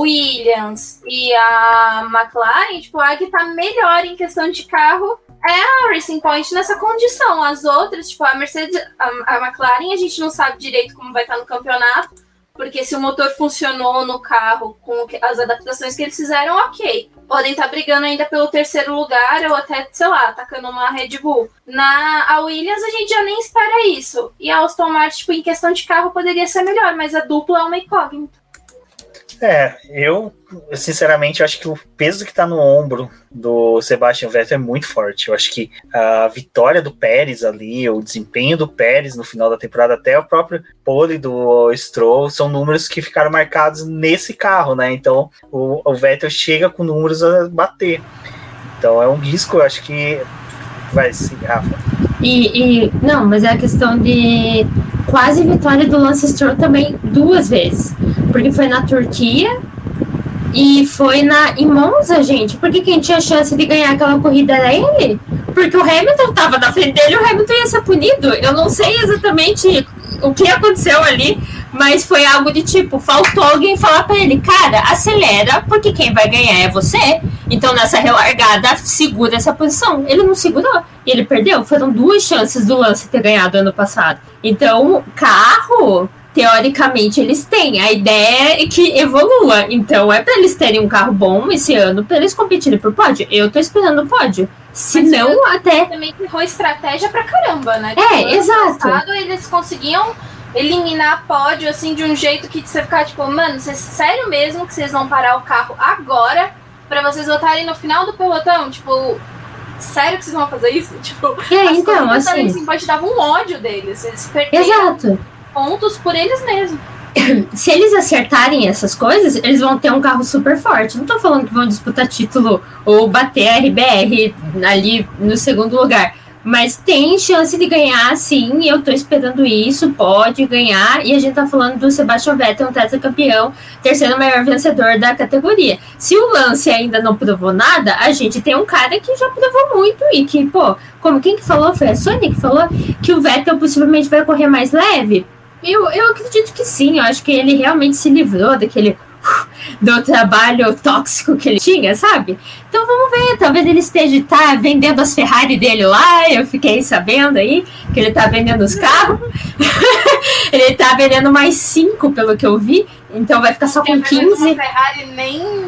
Williams e a McLaren, tipo, a que tá melhor em questão de carro é a Racing Point nessa condição. As outras, tipo, a Mercedes, a, a McLaren, a gente não sabe direito como vai estar no campeonato, porque se o motor funcionou no carro com as adaptações que eles fizeram, ok. Podem estar brigando ainda pelo terceiro lugar ou até, sei lá, atacando uma Red Bull. Na a Williams a gente já nem espera isso. E a Aston Martin, tipo, em questão de carro poderia ser melhor, mas a dupla é uma incógnita. É, eu, sinceramente, eu acho que o peso que tá no ombro do Sebastian Vettel é muito forte. Eu acho que a vitória do Pérez ali, o desempenho do Pérez no final da temporada, até o próprio pole do Stroll, são números que ficaram marcados nesse carro, né? Então, o, o Vettel chega com números a bater. Então, é um risco, eu acho que vai ser, Rafa. E, e, não, mas é a questão de quase vitória do Lance Stroll também duas vezes. Porque foi na Turquia e foi na, em Monza, gente. Porque quem tinha chance de ganhar aquela corrida era ele. Porque o Hamilton estava na frente dele e o Hamilton ia ser punido. Eu não sei exatamente o que aconteceu ali, mas foi algo de tipo, faltou alguém falar pra ele, cara, acelera, porque quem vai ganhar é você. Então nessa relargada, segura essa posição. Ele não segurou e ele perdeu. Foram duas chances do Lance ter ganhado ano passado. Então, carro, teoricamente eles têm. A ideia é que evolua. Então é pra eles terem um carro bom esse ano, pra eles competirem por pódio. Eu tô esperando o pódio. Se mas não, até... também errou estratégia pra caramba, né? É, tipo, exato. Passado, eles conseguiam eliminar pódio, assim, de um jeito que você ficar, tipo, mano, vocês, sério mesmo que vocês vão parar o carro agora pra vocês votarem no final do pelotão? Tipo, sério que vocês vão fazer isso? Tipo, é, então, assim... assim, pode dar um ódio deles. Eles perderam exato. pontos por eles mesmos. Se eles acertarem essas coisas, eles vão ter um carro super forte. Não tô falando que vão disputar título ou bater a R B R ali no segundo lugar. Mas tem chance de ganhar, sim, eu tô esperando isso, pode ganhar, e a gente tá falando do Sebastian Vettel, um tetracampeão, terceiro maior vencedor da categoria. Se o Lance ainda não provou nada, a gente tem um cara que já provou muito, e que, pô, como quem que falou, foi a Sony que falou, que o Vettel possivelmente vai correr mais leve? Eu, eu acredito que sim, eu acho que ele realmente se livrou daquele... do trabalho tóxico que ele tinha, sabe? Então vamos ver, talvez ele esteja tá vendendo as Ferrari dele lá, eu fiquei sabendo aí que ele tá vendendo os carros. Ele tá vendendo mais cinco, pelo que eu vi, então vai ficar só com quinze. Ferrari nem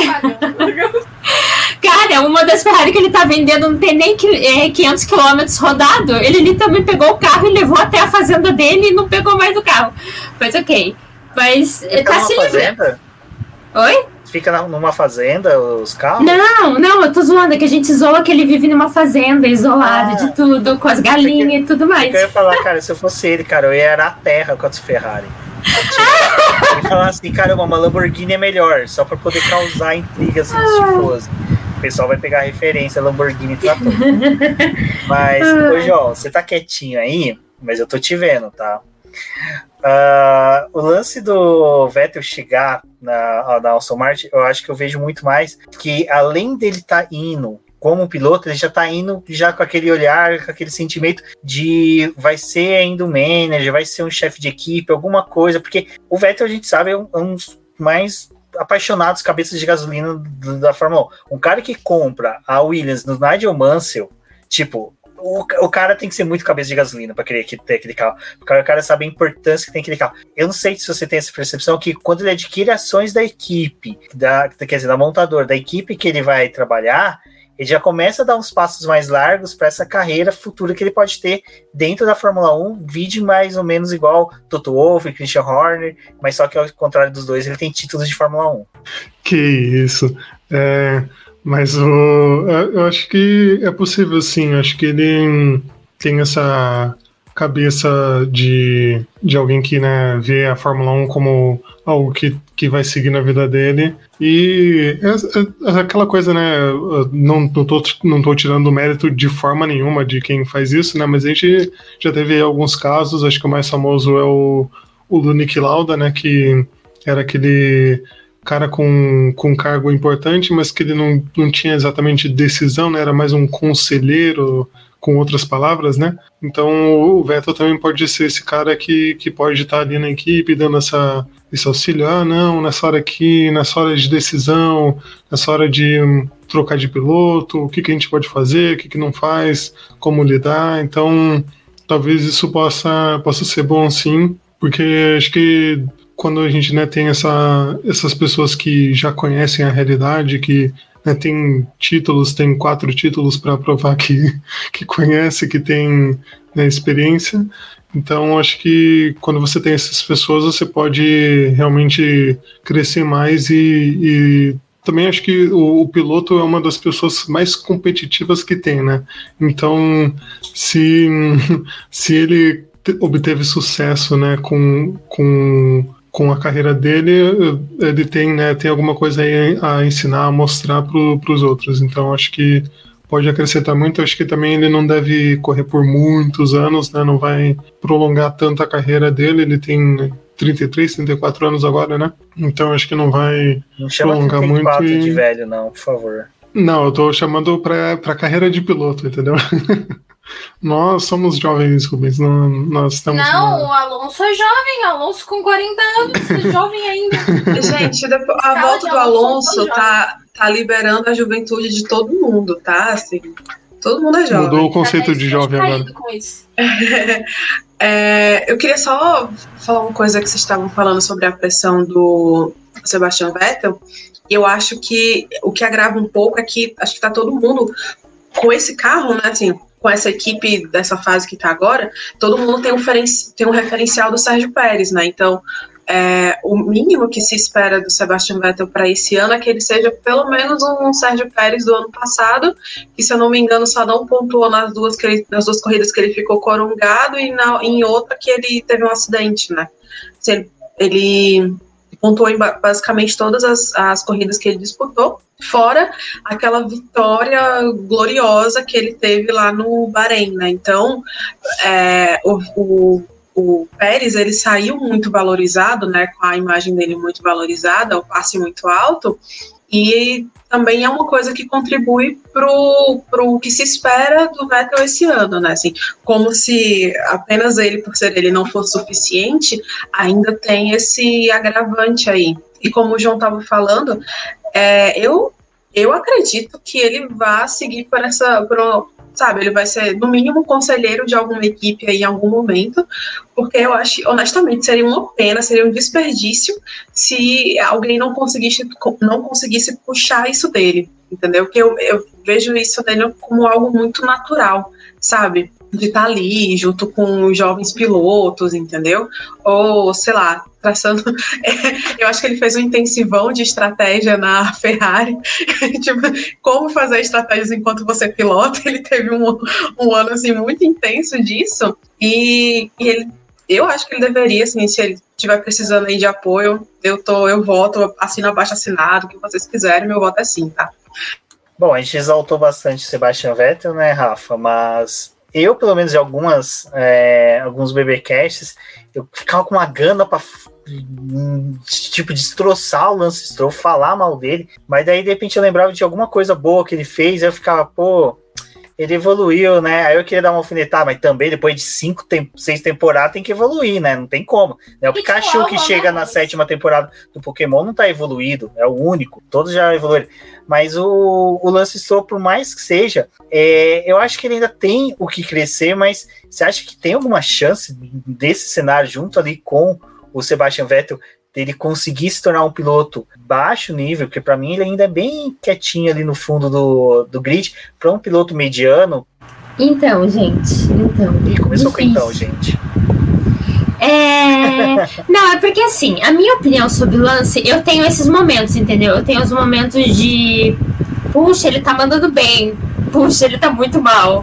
Cara, uma das Ferrari que ele tá vendendo não tem nem quinhentos quilômetros rodado. Ele literalmente pegou o carro e levou até a fazenda dele e não pegou mais o carro. Mas ok. Mas ele tá se livrando. Oi? Fica numa fazenda os carros? Não, não, eu tô zoando, é que a gente zoa que ele vive numa fazenda, isolado ah, de tudo, com as galinhas que, e tudo mais. Eu ia falar, cara, se eu fosse ele, cara, eu ia na terra com as Ferrari. Eu ia falar assim, caramba, uma Lamborghini é melhor, só pra poder causar intrigas assim, se fosse. O pessoal vai pegar a referência Lamborghini trator. Mas, ô João, você tá quietinho aí, mas eu tô te vendo, tá? Uh, o lance do Vettel chegar na, na Aston Martin, eu acho que eu vejo muito mais que além dele estar tá indo como piloto, ele já tá indo já com aquele olhar, com aquele sentimento de vai ser ainda um manager, vai ser um chefe de equipe, alguma coisa, porque o Vettel a gente sabe é um, um dos mais apaixonados cabeças de gasolina do, da Fórmula um. Um cara que compra a Williams no Nigel Mansell, tipo, O, o cara tem que ser muito cabeça de gasolina para querer ter aquele carro. Porque o cara sabe a importância que tem aquele carro. Eu não sei se você tem essa percepção que quando ele adquire ações da equipe, da, quer dizer, da montadora, da equipe que ele vai trabalhar, ele já começa a dar uns passos mais largos para essa carreira futura que ele pode ter dentro da Fórmula um, vídeo mais ou menos igual Toto Wolff e Christian Horner, mas só que ao contrário dos dois, ele tem títulos de Fórmula um. Que isso. É... Mas o, eu acho que é possível, sim. Acho que ele tem essa cabeça de, de alguém que, né, vê a Fórmula um como algo que, que vai seguir na vida dele. E é, é aquela coisa, né? Não, não, tô, não tô tirando o mérito de forma nenhuma de quem faz isso, né? Mas a gente já teve alguns casos. Acho que o mais famoso é o, o Niki Lauda, né? Que era aquele cara com, com cargo importante, mas que ele não, não tinha exatamente decisão, né? Era mais um conselheiro, com outras palavras, né? Então o Vettel também pode ser esse cara que, que pode estar ali na equipe dando essa, esse auxílio. Ah, não, nessa hora aqui, nessa hora de decisão, nessa hora de um, trocar de piloto, o que, que a gente pode fazer, o que, que não faz, como lidar. Então talvez isso possa, possa ser bom, sim, porque acho que quando a gente, né, tem essa, essas pessoas que já conhecem a realidade, que, né, tem títulos, tem quatro títulos para provar que, que conhece, que tem, né, experiência. Então, acho que quando você tem essas pessoas, você pode realmente crescer mais e, e também acho que o, o piloto é uma das pessoas mais competitivas que tem, né? Então, se, se ele obteve sucesso, né, com... com com a carreira dele, ele tem, né, tem alguma coisa aí a ensinar, a mostrar para os outros. Então, acho que pode acrescentar muito. Acho que também ele não deve correr por muitos anos, né, não vai prolongar tanto a carreira dele. Ele tem trinta e três, trinta e quatro anos agora, né? Então, acho que não vai não chama prolongar muito. Não e... de velho, não, por favor. Não, eu tô chamando para a carreira de piloto, entendeu? Nós somos jovens, Rubens, não, nós estamos... Não, o Alonso é jovem, Alonso com quarenta anos, é jovem ainda. Gente, depois, a volta do Alonso tá, tá liberando a juventude de todo mundo, tá? Assim, todo mundo é jovem. Mudou o conceito de jovem agora. Com isso. É, eu queria só falar uma coisa que vocês estavam falando sobre a pressão do Sebastian Vettel. Eu acho que o que agrava um pouco é que acho que tá todo mundo com esse carro, né, assim, com essa equipe dessa fase que está agora, todo mundo tem um, tem um referencial do Sérgio Pérez, né? Então, é, o mínimo que se espera do Sebastian Vettel para esse ano é que ele seja pelo menos um Sérgio Pérez do ano passado, que, se eu não me engano, só não pontuou nas duas, que ele, nas duas corridas que ele ficou corongado e na, em outra que ele teve um acidente, né? Ele, ele pontuou em basicamente todas as, as corridas que ele disputou, fora aquela vitória gloriosa que ele teve lá no Bahrein, né? Então, é, o, o, o Pérez, ele saiu muito valorizado, né? Com a imagem dele muito valorizada, o passe muito alto, e também é uma coisa que contribui pro, pro que se espera do Vettel esse ano, né? Assim, como se apenas ele, por ser ele, não fosse suficiente, ainda tem esse agravante aí. E como o João estava falando, é, eu, eu acredito que ele vai seguir por essa... Por, sabe, ele vai ser, no mínimo, conselheiro de alguma equipe aí em algum momento, porque eu acho, honestamente, seria uma pena, seria um desperdício se alguém não conseguisse, não conseguisse puxar isso dele, entendeu? Porque eu, eu vejo isso dele como algo muito natural, sabe? De estar ali junto com os jovens pilotos, entendeu? Ou, sei lá, traçando... Eu acho que ele fez um intensivão de estratégia na Ferrari. Tipo, como fazer estratégias enquanto você pilota. Ele teve um, um ano, assim, muito intenso disso. E, e ele, eu acho que ele deveria, assim, se ele estiver precisando aí de apoio, eu, tô, eu voto, assino abaixo assinado, o que vocês quiserem, meu voto é sim, tá? Bom, a gente exaltou bastante Sebastian Vettel, né, Rafa? Mas... eu, pelo menos, em algumas, é, alguns BBcasts, eu ficava com uma gana pra, tipo, destroçar o Lance Stroll, falar mal dele, mas daí, de repente, eu lembrava de alguma coisa boa que ele fez, aí eu ficava, pô, ele evoluiu, né? Aí eu queria dar uma alfinetada, mas também, depois de cinco, tem, seis temporadas, tem que evoluir, né? Não tem como. Né? O Pikachu que chega na sétima temporada do Pokémon não tá evoluído, é o único, todos já evoluíram. Mas o, o Lance Stroll, por mais que seja, é, eu acho que ele ainda tem o que crescer, mas você acha que tem alguma chance desse cenário, junto ali com o Sebastian Vettel, dele conseguir se tornar um piloto baixo nível, porque para mim ele ainda é bem quietinho ali no fundo do, do grid, para um piloto mediano? Então, gente, então... E começou difícil. com então, gente. É... Não, é porque assim, a minha opinião sobre o Lance, eu tenho esses momentos, entendeu? Eu tenho os momentos de puxa, ele tá mandando bem, puxa, ele tá muito mal.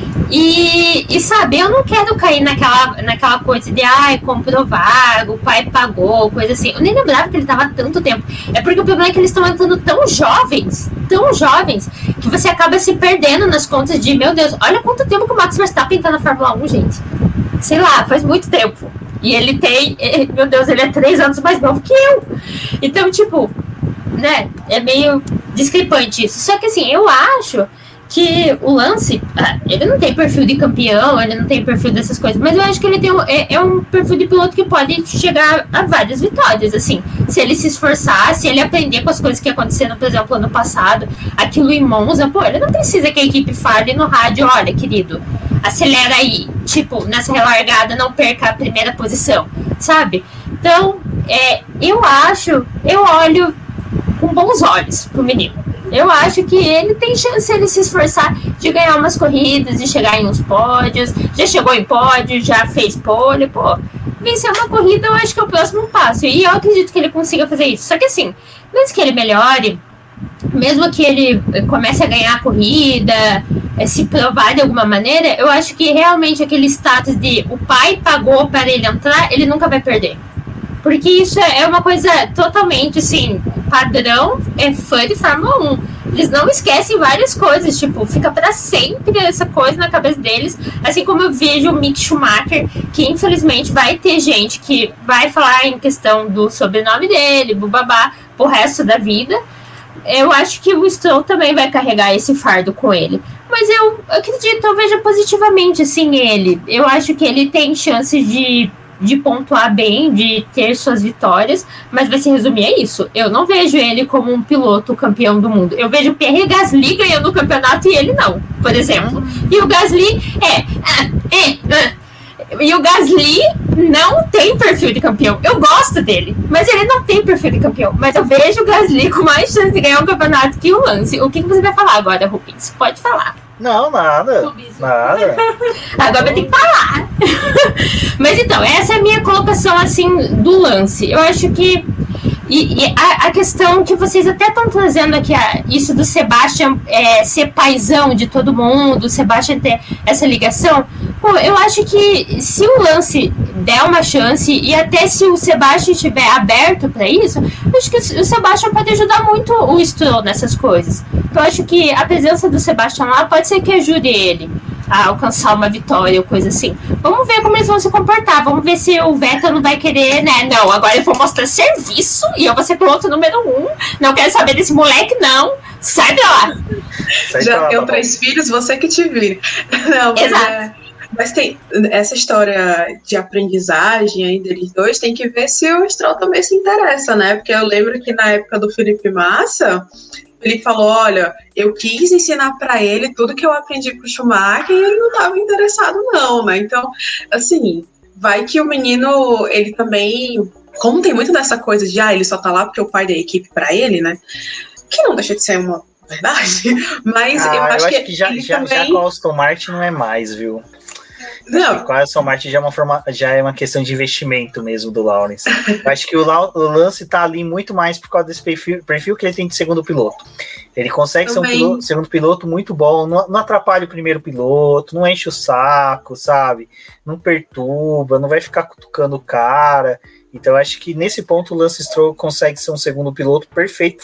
E, e sabe, eu não quero cair naquela, naquela coisa de ai, comprovar, o pai pagou, coisa assim. Eu nem lembrava que ele tava há tanto tempo. É porque o problema é que eles estão entrando tão jovens, tão jovens, que você acaba se perdendo nas contas de, meu Deus, olha quanto tempo que o Max Verstappen tá na Fórmula um, gente. Sei lá, faz muito tempo. E ele tem, meu Deus, ele é três anos mais novo que eu. Então, tipo, né, é meio discrepante isso. Só que assim, eu acho que o Lance, ele não tem perfil de campeão, ele não tem perfil dessas coisas, mas eu acho que ele tem um, é, é um perfil de piloto que pode chegar a várias vitórias, assim, se ele se esforçar, se ele aprender com as coisas que aconteceram, por exemplo, ano passado, aquilo em Monza, pô, ele não precisa que a equipe fale no rádio, olha, querido, acelera aí, tipo, nessa relargada não perca a primeira posição, sabe? Então, é, eu acho, eu olho com bons olhos pro menino. Eu acho que ele tem chance, se ele se esforçar, de ganhar umas corridas, de chegar em uns pódios. Já chegou em pódio, já fez pole, pô. Vencer uma corrida, eu acho que é o próximo passo. E eu acredito que ele consiga fazer isso. Só que assim, mesmo que ele melhore, mesmo que ele comece a ganhar a corrida, se provar de alguma maneira, eu acho que realmente aquele status de o pai pagou para ele entrar, ele nunca vai perder. Porque isso é uma coisa totalmente, assim, padrão, é fã de Fórmula um. Eles não esquecem várias coisas, tipo, fica pra sempre essa coisa na cabeça deles. Assim como eu vejo o Mick Schumacher, que infelizmente vai ter gente que vai falar em questão do sobrenome dele, bubabá, pro resto da vida. Eu acho que o Stroll também vai carregar esse fardo com ele. Mas eu acredito, eu vejo positivamente, assim, ele. Eu acho que ele tem chances de... de pontuar bem, de ter suas vitórias, mas vai se resumir a isso. Eu não vejo ele como um piloto campeão do mundo. Eu vejo o Pierre Gasly ganhando o campeonato e ele não, por exemplo. E o Gasly é... é, é e o Gasly não tem perfil de campeão. Eu gosto dele, mas ele não tem perfil de campeão. Mas eu vejo o Gasly com mais chance de ganhar um campeonato que o Lance. O que você vai falar agora, Rubens? Pode falar. Não, nada. Nada. Agora vai ter que falar. Mas então, essa é a minha colocação, assim, do Lance. Eu acho que... E, e a, a questão que vocês até estão trazendo aqui, a, isso do Sebastian é, ser paizão de todo mundo, o Sebastian ter essa ligação, Pô, eu acho que se o Lance der uma chance e até se o Sebastian estiver aberto pra isso, eu acho que o Sebastian pode ajudar muito o Stroll nessas coisas. Eu acho que a presença do Sebastian lá pode ser que ajude ele a alcançar uma vitória ou coisa assim. Vamos ver como eles vão se comportar. Vamos ver se o Vettel não vai querer, né? Não, agora eu vou mostrar serviço e eu vou ser piloto número um. Não quero saber desse moleque, não. Sai pra lá. Já tenho três filhos, você que te vira. Não, mas Exato. É... Mas tem essa história de aprendizagem aí deles dois, tem que ver se o Stroll também se interessa, né? Porque eu lembro que na época do Felipe Massa, ele falou, olha, eu quis ensinar para ele tudo que eu aprendi com o Schumacher e ele não estava interessado não, né? Então, assim, vai que o menino, ele também, como tem muito dessa coisa de, ah, ele só tá lá porque o pai da equipe para ele, né? Que não deixa de ser uma verdade, mas ah, eu acho, eu acho que, que já, ele já, também... já com a Aston Martin não é mais, viu? Não. Com a Aston Martin já é, uma forma, já é uma questão de investimento mesmo do Lawrence. Eu acho que o, La, o Lance tá ali muito mais por causa desse perfil, perfil que ele tem de segundo piloto. Ele consegue também ser um piloto, segundo piloto muito bom, não, não atrapalha o primeiro piloto, não enche o saco, sabe? Não perturba, não vai ficar cutucando o cara. Então eu acho que nesse ponto o Lance Stroll consegue ser um segundo piloto perfeito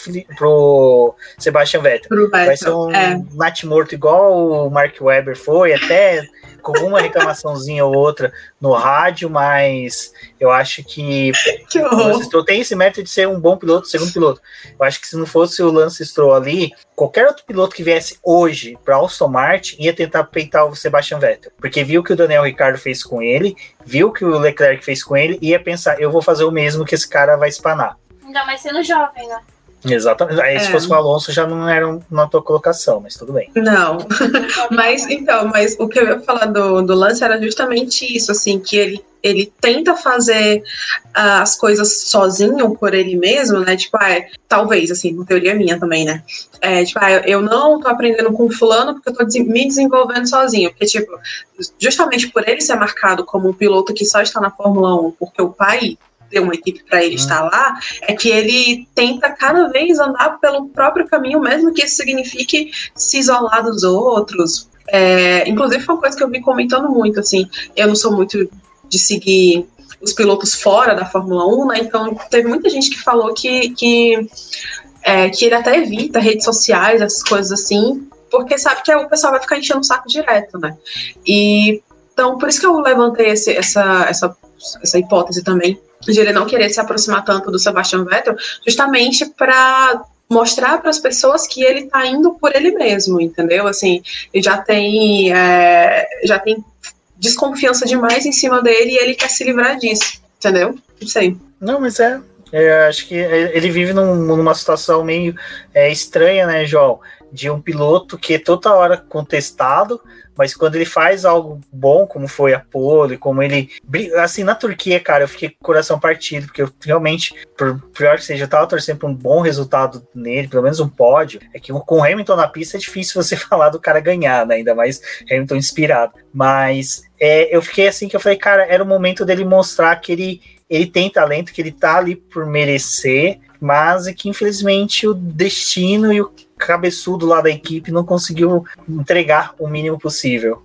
pro Sebastian Vettel. Pro Vettel vai ser um é. natimorto igual o Mark Webber foi, até com uma reclamaçãozinha ou outra no rádio, mas eu acho que, que o Lance Stroll tem esse mérito de ser um bom piloto, segundo piloto. Eu acho que se não fosse o Lance Stroll ali, qualquer outro piloto que viesse hoje para Aston Martin ia tentar peitar o Sebastian Vettel, porque viu que o Daniel Ricciardo fez com ele, viu que o Leclerc fez com ele, e ia pensar, eu vou fazer o mesmo que esse cara vai espanar. Ainda mais sendo jovem, né? Exatamente. Aí, é. Se fosse o Alonso, já não era na tua colocação, mas tudo bem. Não. mas, então, mas o que eu ia falar do, do Lance era justamente isso, assim, que ele, ele tenta fazer uh, as coisas sozinho, por ele mesmo, né? Tipo, ah, é, talvez, assim, uma teoria minha também, né? É, tipo, ah, eu não tô aprendendo com fulano porque eu tô des- me desenvolvendo sozinho. Porque, tipo, justamente por ele ser marcado como um piloto que só está na Fórmula um porque o pai deu uma equipe para ele hum. estar lá, é que ele tenta cada vez andar pelo próprio caminho, mesmo que isso signifique se isolar dos outros. É, inclusive foi uma coisa que eu vi comentando muito, assim, eu não sou muito de seguir os pilotos fora da Fórmula um, né, então teve muita gente que falou que, que, é, que ele até evita redes sociais, essas coisas assim, porque sabe que o pessoal vai ficar enchendo o saco direto, né, e então por isso que eu levantei esse, essa, essa, essa hipótese também, de ele não querer se aproximar tanto do Sebastian Vettel, justamente para mostrar para as pessoas que ele está indo por ele mesmo, entendeu? Assim, ele já tem, é, já tem desconfiança demais em cima dele e ele quer se livrar disso, entendeu? Não sei. Não, mas é, é acho que ele vive num, numa situação meio é, estranha, né, João? De um piloto que é toda hora contestado, mas quando ele faz algo bom, como foi a pole, como ele... Assim, na Turquia, cara, eu fiquei com o coração partido, porque eu realmente, por pior que seja, eu tava torcendo por um bom resultado nele, pelo menos um pódio. É que com o Hamilton na pista é difícil você falar do cara ganhar, né? Ainda mais Hamilton inspirado. Mas é, eu fiquei assim, que eu falei, cara, era o momento dele mostrar que ele, ele tem talento, que ele tá ali por merecer, mas é que infelizmente o destino e o cabeçudo lá da equipe não conseguiu entregar o mínimo possível.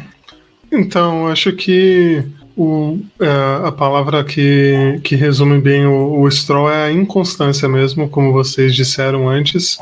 Então, acho que o, é, a palavra que, que resume bem o, o Stroll é a inconstância mesmo, como vocês disseram antes.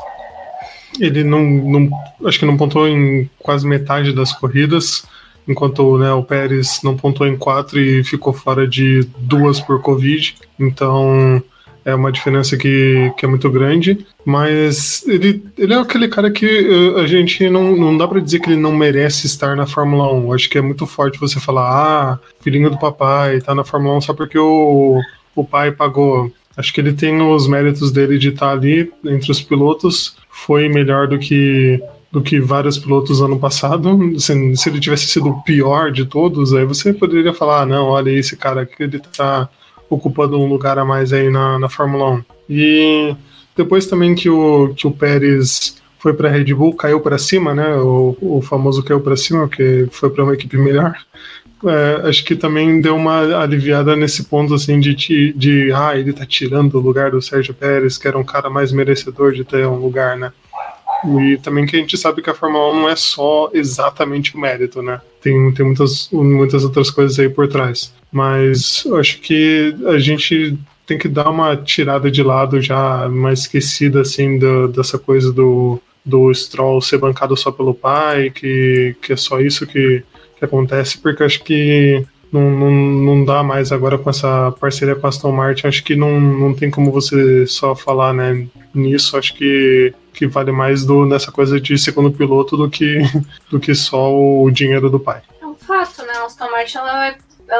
Ele não, não acho que não pontuou em quase metade das corridas, enquanto, né, o Pérez não pontuou em quatro e ficou fora de duas por Covid. Então é uma diferença que, que é muito grande, mas ele, ele é aquele cara que uh, a gente não, não dá pra dizer que ele não merece estar na Fórmula um. Acho que é muito forte você falar, ah, filhinho do papai, tá na Fórmula um só porque o, o pai pagou. Acho que ele tem os méritos dele de estar ali entre os pilotos, foi melhor do que, do que vários pilotos ano passado. Se, se ele tivesse sido o pior de todos, aí você poderia falar, ah, não, olha esse cara aqui, ele tá ocupando um lugar a mais aí na, na Fórmula um. E depois também que o, que o Pérez foi para a Red Bull, caiu para cima, né? O, o famoso caiu para cima, porque foi para uma equipe melhor. É, acho que também deu uma aliviada nesse ponto, assim, de, de, de ah, ele tá tirando o lugar do Sérgio Pérez, que era um cara mais merecedor de ter um lugar, né? E também que a gente sabe que a Fórmula um não é só exatamente o mérito, né? Tem, tem muitas, muitas outras coisas aí por trás. Mas eu acho que a gente tem que dar uma tirada de lado já, mais esquecida, assim, do, dessa coisa do, do Stroll ser bancado só pelo pai, que, que é só isso que, que acontece, porque eu acho que não, não, não dá mais agora com essa parceria com a Aston Martin. Acho que não, não tem como você só falar, né, nisso. Acho que, que vale mais do, nessa coisa de segundo piloto do que, do que só o dinheiro do pai. É um fato, né? A Aston Martin, ela,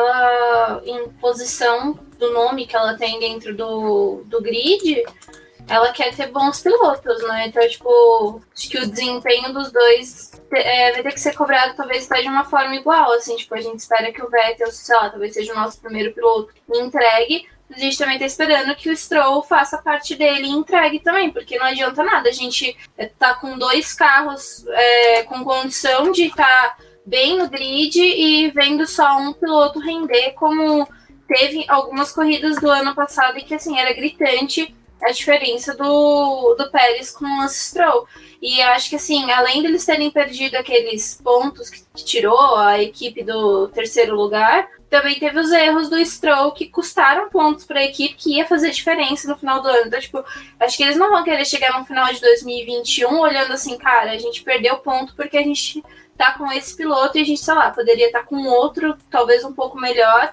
ela em posição do nome que ela tem dentro do, do grid, ela quer ter bons pilotos, né? Então, tipo, acho que o desempenho dos dois é, vai ter que ser cobrado talvez até de uma forma igual, assim, tipo, a gente espera que o Vettel, sei lá, talvez seja o nosso primeiro piloto e entregue, a gente também tá esperando que o Stroll faça parte dele e entregue também, porque não adianta nada, a gente tá com dois carros é, com condição de estar tá bem no grid e vendo só um piloto render, como teve algumas corridas do ano passado e que, assim, era gritante a diferença do, do Pérez com o Lance Stroll. E eu acho que, assim, além deles terem perdido aqueles pontos que, que tirou a equipe do terceiro lugar, também teve os erros do Stroll que custaram pontos para a equipe, que ia fazer diferença no final do ano. Então, tipo, acho que eles não vão querer chegar no final de dois mil e vinte e um olhando assim, cara, a gente perdeu ponto porque a gente tá com esse piloto e a gente, sei lá, poderia estar tá com outro, talvez um pouco melhor,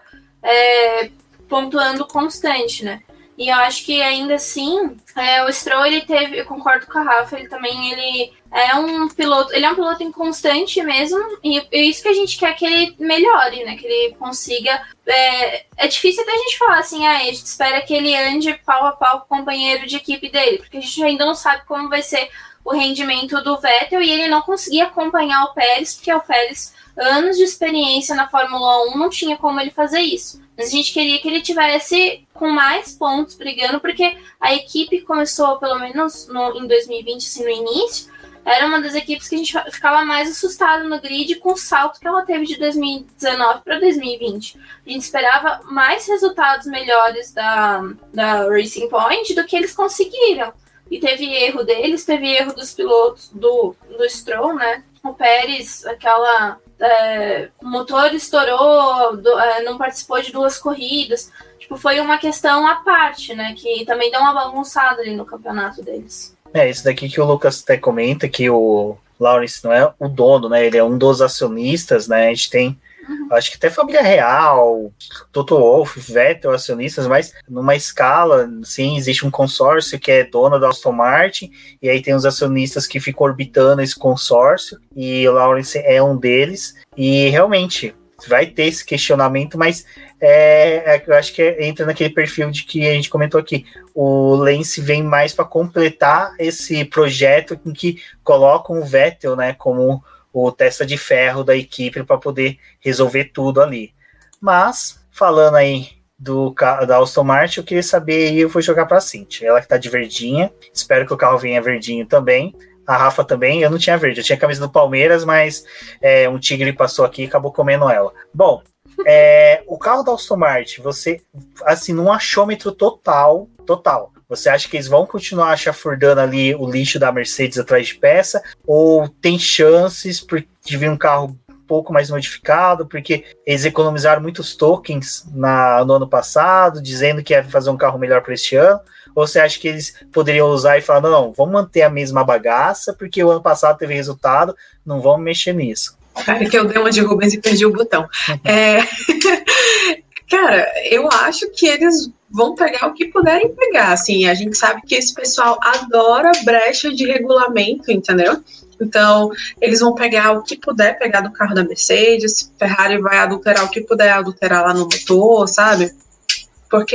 é, pontuando constante, né? E eu acho que ainda assim, é, o Stroll, ele teve, eu concordo com a Rafa, ele também, ele é um piloto, ele é um piloto inconstante mesmo, e é isso que a gente quer que ele melhore, né, que ele consiga, é, é difícil até a gente falar assim, ah, a gente espera que ele ande pau a pau com o companheiro de equipe dele, porque a gente ainda não sabe como vai ser o rendimento do Vettel, e ele não conseguia acompanhar o Pérez, porque o Pérez, anos de experiência na Fórmula um, não tinha como ele fazer isso. Mas a gente queria que ele tivesse com mais pontos brigando, porque a equipe começou, pelo menos no, em dois mil e vinte, assim, no início, era uma das equipes que a gente ficava mais assustado no grid com o salto que ela teve de dois mil e dezenove para dois mil e vinte. A gente esperava mais resultados melhores da, da Racing Point do que eles conseguiram. E teve erro deles, teve erro dos pilotos do, do Stroll, né? O Pérez, aquela... É, o motor estourou, do, é, não participou de duas corridas. Tipo, foi uma questão à parte, né? Que também deu uma bagunçada ali no campeonato deles. É, isso daqui que o Lucas até comenta, que o Lawrence não é o dono, né? Ele é um dos acionistas, né? A gente tem, uhum. acho que até família real, Toto Wolff, Vettel, acionistas, mas numa escala, sim, existe um consórcio que é dono da Aston Martin, e aí tem os acionistas que ficam orbitando esse consórcio, e o Lawrence é um deles, e realmente vai ter esse questionamento, mas é, é, eu acho que entra naquele perfil de que a gente comentou aqui. O Lance vem mais para completar esse projeto em que colocam o Vettel, né, como o testa de ferro da equipe para poder resolver tudo ali. Mas, falando aí do, da Aston Martin, eu queria saber aí, eu vou jogar para a Cintia, ela que tá de verdinha, espero que o carro venha verdinho também. A Rafa também, eu não tinha verde, eu tinha camisa do Palmeiras, mas é, um tigre passou aqui e acabou comendo ela. Bom, é, o carro da Aston Martin, você, assim, num achômetro total, total, você acha que eles vão continuar chafurdando ali o lixo da Mercedes atrás de peça, ou tem chances de vir um carro um pouco mais modificado, porque eles economizaram muitos tokens na, no ano passado, dizendo que ia fazer um carro melhor para este ano? Ou você acha que eles poderiam usar e falar, não, não, vamos manter a mesma bagaça, porque o ano passado teve resultado, não vamos mexer nisso? Cara, que eu dei uma de Rubens e perdi o botão. Uhum. É... Cara, eu acho que eles vão pegar o que puderem pegar, assim, a gente sabe que esse pessoal adora brecha de regulamento, entendeu? Então, eles vão pegar o que puder pegar do carro da Mercedes, Ferrari vai adulterar o que puder adulterar lá no motor, sabe? Porque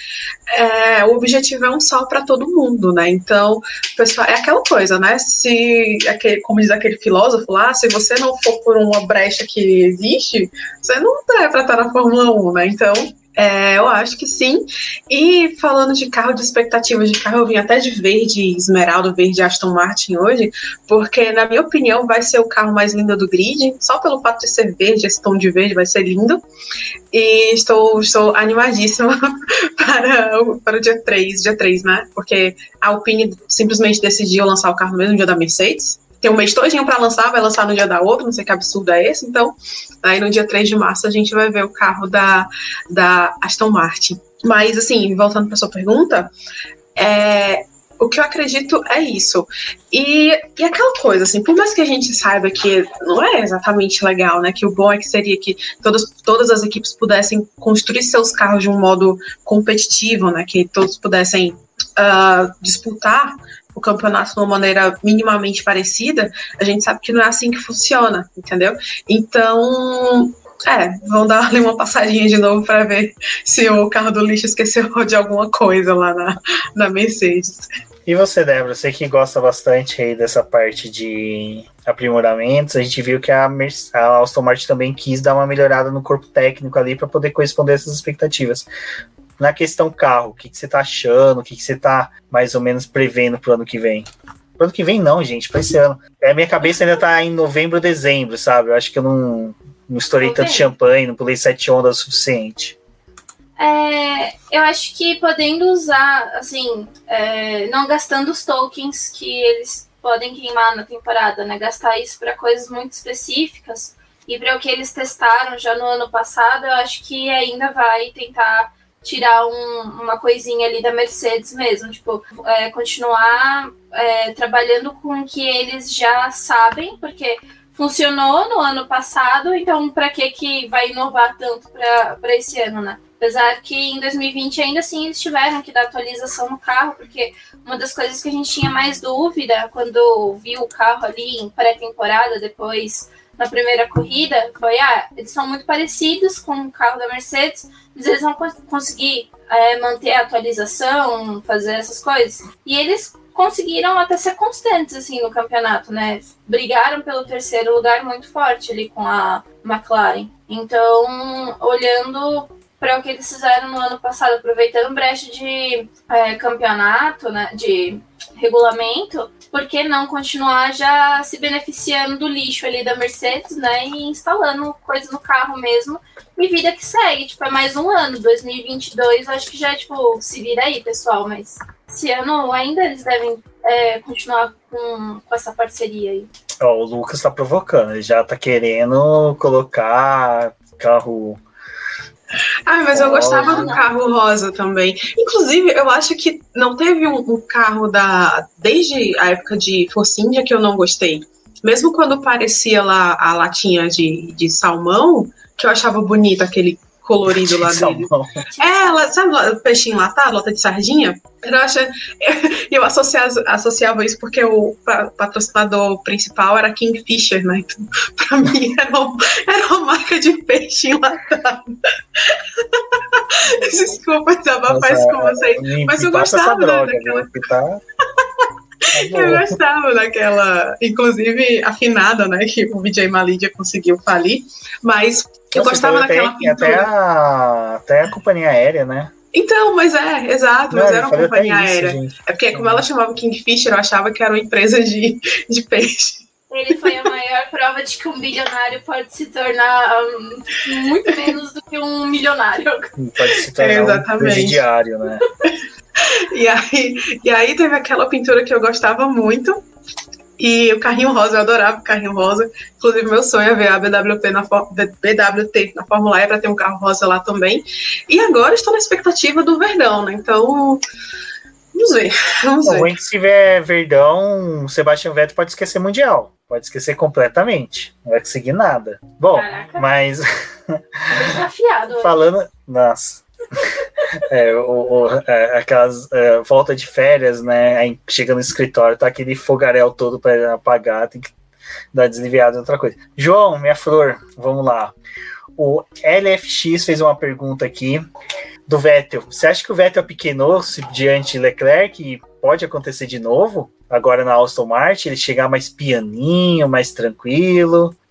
é, o objetivo é um só para todo mundo, né? Então, pessoal, é aquela coisa, né? Se, aquele, como diz aquele filósofo lá, se você não for por uma brecha que existe, você não é para estar na Fórmula um, né? Então, É, eu acho que sim. E falando de carro, de expectativas de carro, eu vim até de verde esmeralda, verde Aston Martin hoje, porque, na minha opinião, vai ser o carro mais lindo do grid. Só pelo fato de ser verde, esse tom de verde vai ser lindo. E estou, estou animadíssima para, o, para o dia três, dia três, né? Porque a Alpine simplesmente decidiu lançar o carro no mesmo dia da Mercedes. Tem um mês todinho para lançar, vai lançar no dia da outra, não sei que absurdo é esse. Então, aí no dia três de março a gente vai ver o carro da, da Aston Martin. Mas, assim, voltando para sua pergunta, é, o que eu acredito é isso. E, e aquela coisa, assim, por mais que a gente saiba que não é exatamente legal, né? Que o bom é que seria que todas, todas as equipes pudessem construir seus carros de um modo competitivo, né? Que todos pudessem uh, disputar o campeonato de uma maneira minimamente parecida, a gente sabe que não é assim que funciona, entendeu? Então, é, vão dar ali uma passadinha de novo para ver se o carro do lixo esqueceu de alguma coisa lá na, na Mercedes. E você, Débora, você que gosta bastante aí dessa parte de aprimoramentos, a gente viu que a, Mercedes, a Aston Martin também quis dar uma melhorada no corpo técnico ali para poder corresponder a essas expectativas. Na questão carro, o que, que você tá achando? O que, que você tá mais ou menos prevendo pro ano que vem? Pro ano que vem não, gente, pra esse ano. É, minha cabeça ainda tá em novembro, dezembro, sabe? Eu acho que eu não, não estourei okay. tanto champanhe, não pulei sete ondas o suficiente. É, eu acho que podendo usar, assim, é, não gastando os tokens que eles podem queimar na temporada, né? Gastar isso para coisas muito específicas e para o que eles testaram já no ano passado, eu acho que ainda vai tentar tirar um, uma coisinha ali da Mercedes mesmo, tipo, é, continuar é, trabalhando com o que eles já sabem, porque funcionou no ano passado, então para que que vai inovar tanto para esse ano, né? Apesar que em dois mil e vinte ainda assim eles tiveram que dar atualização no carro, porque uma das coisas que a gente tinha mais dúvida quando viu o carro ali em pré-temporada, depois na primeira corrida, foi, ah, eles são muito parecidos com o carro da Mercedes, mas eles vão cons- conseguir é, manter a atualização, fazer essas coisas. E eles conseguiram até ser constantes, assim, no campeonato, né? Brigaram pelo terceiro lugar muito forte ali com a McLaren. Então, olhando para o que eles fizeram no ano passado, aproveitando brecha de é, campeonato, né, de regulamento, por que não continuar já se beneficiando do lixo ali da Mercedes, né, e instalando coisa no carro mesmo, e vida que segue, tipo, é mais um ano, dois mil e vinte e dois, acho que já, tipo, se vira aí, pessoal, mas esse ano ainda eles devem é, continuar com, com essa parceria aí. Ó, o Lucas tá provocando, ele já tá querendo colocar carro... Ah, mas eu gostava do carro rosa também. Inclusive, eu acho que não teve um, um carro da desde a época de Force India que eu não gostei. Mesmo quando parecia lá a latinha de, de salmão, que eu achava bonito aquele colorido lá dele. É, ela, sabe o peixinho latado, lata de sardinha? Eu, acho, eu, eu associava, associava isso porque o patrocinador principal era Kingfisher, né? Então, pra mim era, um, era uma marca de peixe enlatado. Desculpa desabafar isso com vocês, mas eu gostava droga, daquela... Né? Tá... Eu gostava daquela, inclusive afinada, né, que o V J Malidia conseguiu falir, mas eu Nossa, gostava daquela até, pintura. Até a, até a companhia aérea, né? Então, mas é, exato, Não, mas era uma companhia isso, aérea. Gente. É porque como ela chamava Kingfisher, eu achava que era uma empresa de, de peixe. Ele foi a maior prova de que um bilionário pode se tornar um, muito menos do que um milionário. Pode se tornar é, um presidiário, né? E aí, e aí teve aquela pintura que eu gostava muito. E o carrinho rosa, eu adorava o carrinho rosa. Inclusive, meu sonho é ver a B W P na B W T na Fórmula E para ter um carro rosa lá também. E agora estou na expectativa do Verdão, né? Então, vamos ver. Vamos Bom, ver. Se tiver Verdão, o Sebastian Vettel pode esquecer Mundial. Pode esquecer completamente. Não vai conseguir nada. Bom, Caraca. mas... Desafiado. Falando... Nossa... É, o, o, é, aquelas é, volta de férias, né? Aí chega no escritório, tá aquele fogaréu todo para apagar, tem que dar desliviado em outra coisa. João, minha flor, vamos lá. O L F X fez uma pergunta aqui do Vettel. Você acha que o Vettel pequenou-se diante de Leclerc e pode acontecer de novo? Agora na Aston Martin, ele chegar mais pianinho, mais tranquilo. O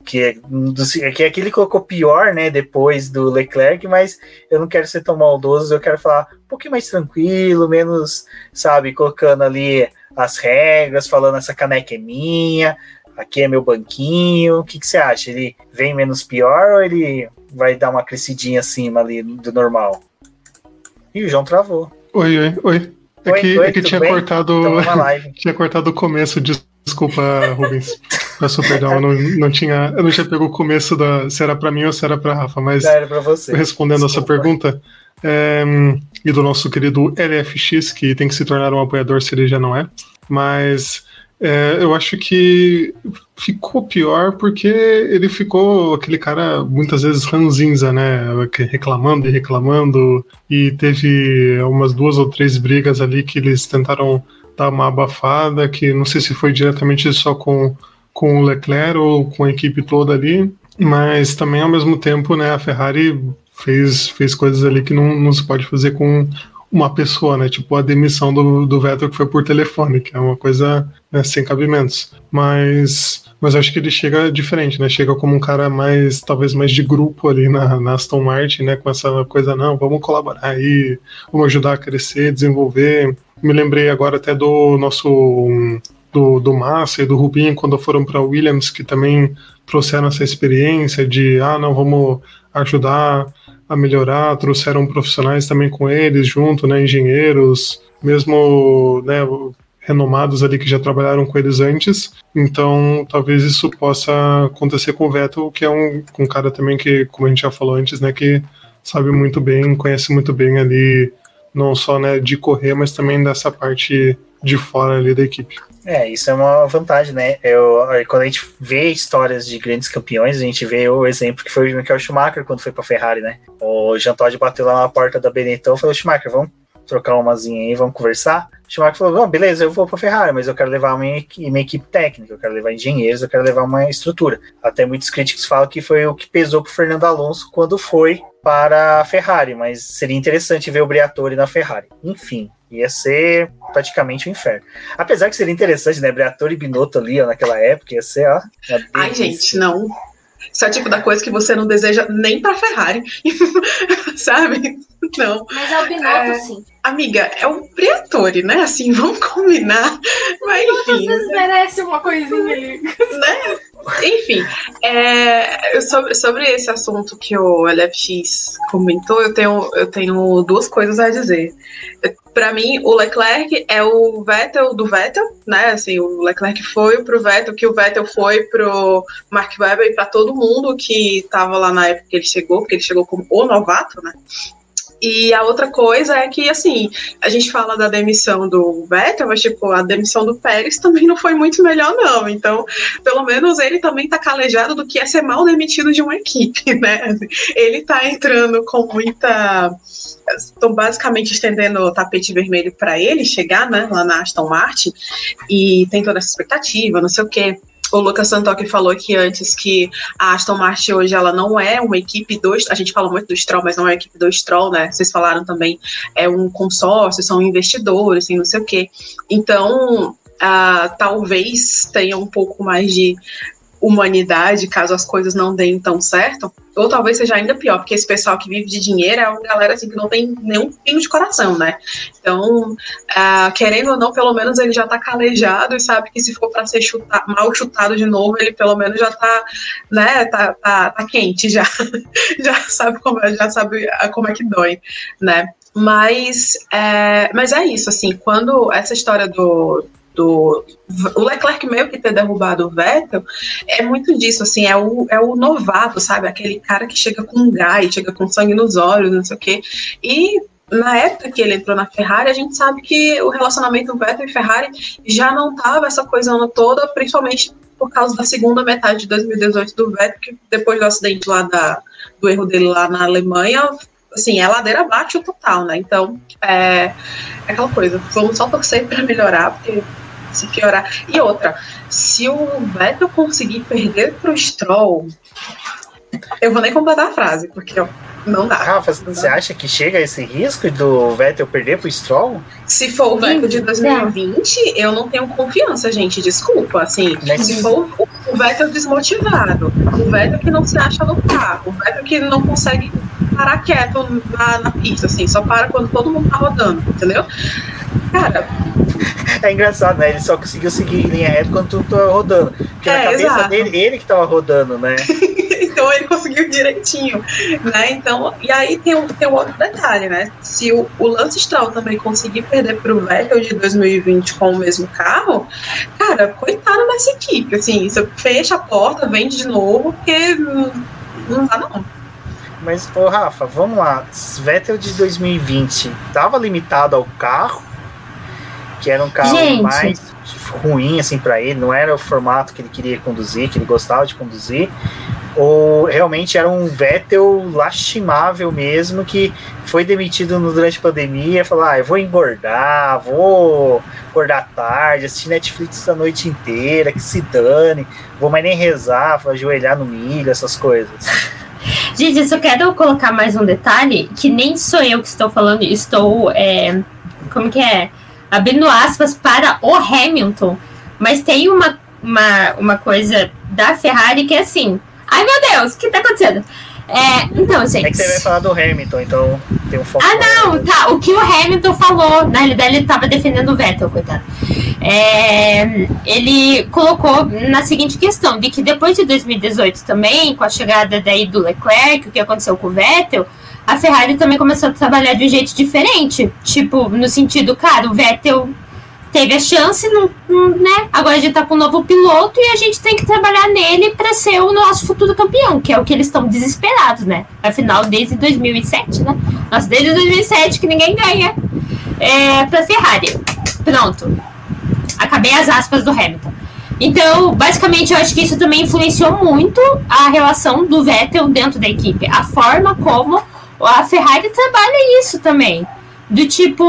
que, que aqui ele colocou pior, né, depois do Leclerc, mas eu não quero ser tão maldoso, eu quero falar um pouquinho mais tranquilo, menos, sabe, colocando ali as regras, falando essa caneca é minha, aqui é meu banquinho. O que, que você acha? Ele vem menos pior ou ele vai dar uma crescidinha acima ali do normal? Ih, o João travou. Oi, oi, oi. É Oi, que, oi, é que tinha, bem? cortado, tinha cortado o começo, desculpa, Rubens. Peço perdão, eu não, não tinha, eu não tinha pego o começo da, se era pra mim ou se era pra Rafa, mas não, era pra você. Respondendo Desculpa. essa pergunta, é, e do nosso querido L F X, que tem que se tornar um apoiador se ele já não é, mas é, eu acho que ficou pior porque ele ficou aquele cara muitas vezes ranzinza, né, reclamando e reclamando, e teve umas duas ou três brigas ali que eles tentaram dar uma abafada, que não sei se foi diretamente só com, com o Leclerc ou com a equipe toda ali, mas também ao mesmo tempo, né, a Ferrari fez, fez coisas ali que não, não se pode fazer com uma pessoa, né, tipo a demissão do, do Vettel que foi por telefone, que é uma coisa, né, sem cabimentos, mas, mas acho que ele chega diferente, né, chega como um cara mais, talvez mais de grupo ali na, na Aston Martin, né, com essa coisa, não, vamos colaborar aí, vamos ajudar a crescer, desenvolver. Me lembrei agora até do nosso, do, do Massa e do Rubinho, quando foram para Williams, que também trouxeram essa experiência de, ah, não, vamos ajudar a melhorar, trouxeram profissionais também com eles junto, né, engenheiros, mesmo, né, renomados ali que já trabalharam com eles antes, então talvez isso possa acontecer com o Vettel, que é um, um cara também que, como a gente já falou antes, né, que sabe muito bem, conhece muito bem ali, não só, né, de correr, mas também dessa parte de fora ali da equipe. É, isso é uma vantagem, né? Eu, quando a gente vê histórias de grandes campeões, a gente vê o exemplo que foi o Michael Schumacher quando foi pra Ferrari, né? O Jean Todt bateu lá na porta da Benetton e falou, Schumacher, vamos trocar umazinha aí, vamos conversar? O Schumacher falou, não, beleza, eu vou pra Ferrari, mas eu quero levar uma, uma equipe técnica, eu quero levar engenheiros, eu quero levar uma estrutura. Até muitos críticos falam que foi o que pesou pro Fernando Alonso quando foi para a Ferrari, mas seria interessante ver o Briatore na Ferrari. Enfim, ia ser praticamente um inferno. Apesar que seria interessante, né, Briatore e Binotto ali, ó, naquela época, ia ser, ó... Ai, gente, não. Isso é o tipo da coisa que você não deseja nem pra Ferrari, sabe? Não. Mas é o Binotto, é, sim. Amiga, é o Briatore, né? Assim, vamos combinar. Mas, enfim. Às vezes merece uma coisinha ali. Né? Enfim, é, sobre, sobre esse assunto que o L F X comentou, eu tenho, eu tenho duas coisas a dizer. Para mim, o Leclerc é o Vettel do Vettel, né? Assim, o Leclerc foi pro Vettel, que o Vettel foi pro Mark Webber e para todo mundo que estava lá na época que ele chegou, porque ele chegou como o novato, né? E a outra coisa é que, assim, a gente fala da demissão do Vettel, mas, tipo, a demissão do Pérez também não foi muito melhor, não. Então, pelo menos ele também tá calejado do que é ser mal demitido de uma equipe, né? Ele tá entrando com muita... Estão basicamente estendendo o tapete vermelho para ele chegar, né, lá na Aston Martin, e tem toda essa expectativa, não sei o quê. O Lucas Santoki falou aqui antes que a Aston Martin hoje ela não é uma equipe do... A gente fala muito do Stroll, mas não é uma equipe do Stroll, né? Vocês falaram também, é um consórcio, são investidores, assim, não sei o quê. Então, uh, talvez tenha um pouco mais de humanidade, caso as coisas não deem tão certo, ou talvez seja ainda pior, porque esse pessoal que vive de dinheiro é uma galera assim, que não tem nenhum pingo de coração, né? Então, uh, querendo ou não, pelo menos ele já tá calejado e sabe que se for para ser chutar, mal chutado de novo, ele pelo menos já tá, né, tá, tá, tá quente já, já sabe como é, já sabe como é que dói, né? Mas é, mas é isso, assim, quando essa história do Do, o Leclerc meio que ter derrubado o Vettel é muito disso, assim, é o, é o novato, sabe, aquele cara que chega com gás, chega com sangue nos olhos, não sei o quê, e na época que ele entrou na Ferrari, a gente sabe que o relacionamento Vettel e Ferrari já não tava essa coisa toda, principalmente por causa da segunda metade de dois mil e dezoito do Vettel, que depois do acidente lá da, do erro dele lá na Alemanha, assim, é ladeira abaixo total, né? Então, é, é aquela coisa, vamos só torcer para melhorar, porque se piorar. E outra, se o Vettel conseguir perder pro Stroll, eu vou nem completar a frase, porque ó, não dá. Rafa, você acha que chega a esse risco do Vettel perder pro Stroll? Se for o Vettel de dois mil e vinte, eu não tenho confiança, gente, desculpa, assim, Mas... se for o Vettel desmotivado, o Vettel que não se acha no carro, o Vettel que não consegue parar quieto na, na pista, assim, só para quando todo mundo tá rodando, entendeu? Cara... É engraçado, né? Ele só conseguiu seguir em linha reta quando tudo tava rodando. Porque é, na cabeça exato. dele, ele que tava rodando, né? Então ele conseguiu direitinho, né? Então, e aí tem um, tem um outro detalhe, né? Se o, o Lance Stroll também conseguir perder pro Vettel de dois mil e vinte com o mesmo carro, cara, coitado dessa equipe, assim, você fecha a porta, vende de novo, porque não, não dá não. Mas, ô Rafa, vamos lá. Vettel de dois mil e vinte tava limitado ao carro, que era um carro Gente. mais ruim assim para ele, não era o formato que ele queria conduzir, que ele gostava de conduzir, ou realmente era um Vettel lastimável mesmo, que foi demitido no, durante a pandemia, falou, ah, eu vou engordar, vou acordar tarde, assistir Netflix a noite inteira, que se dane, vou mais nem rezar, vou ajoelhar no milho, essas coisas. Gente, eu só quero colocar mais um detalhe, que nem sou eu que estou falando, estou, é, como que é? abrindo aspas para o Hamilton, mas tem uma, uma, uma coisa da Ferrari que é assim, ai meu Deus, o que tá acontecendo? É, então, gente... É que você vai falar do Hamilton, então tem um foco... Ah, não, tá, o que o Hamilton falou, na realidade ele tava defendendo o Vettel, coitado. É, ele colocou na seguinte questão, de que depois de dois mil e dezoito também, com a chegada daí do Leclerc, o que aconteceu com o Vettel, a Ferrari também começou a trabalhar de um jeito diferente. Tipo, no sentido, cara, o Vettel teve a chance, não, não, né? Agora a gente tá com um novo piloto e a gente tem que trabalhar nele para ser o nosso futuro campeão, que é o que eles estão desesperados, né? Afinal, desde dois mil e sete, né? Nossa, desde dois mil e sete que ninguém ganha é, pra Ferrari. Pronto. Acabei as aspas do Hamilton. Então, basicamente, eu acho que isso também influenciou muito a relação do Vettel dentro da equipe. A forma como a Ferrari trabalha isso também. Do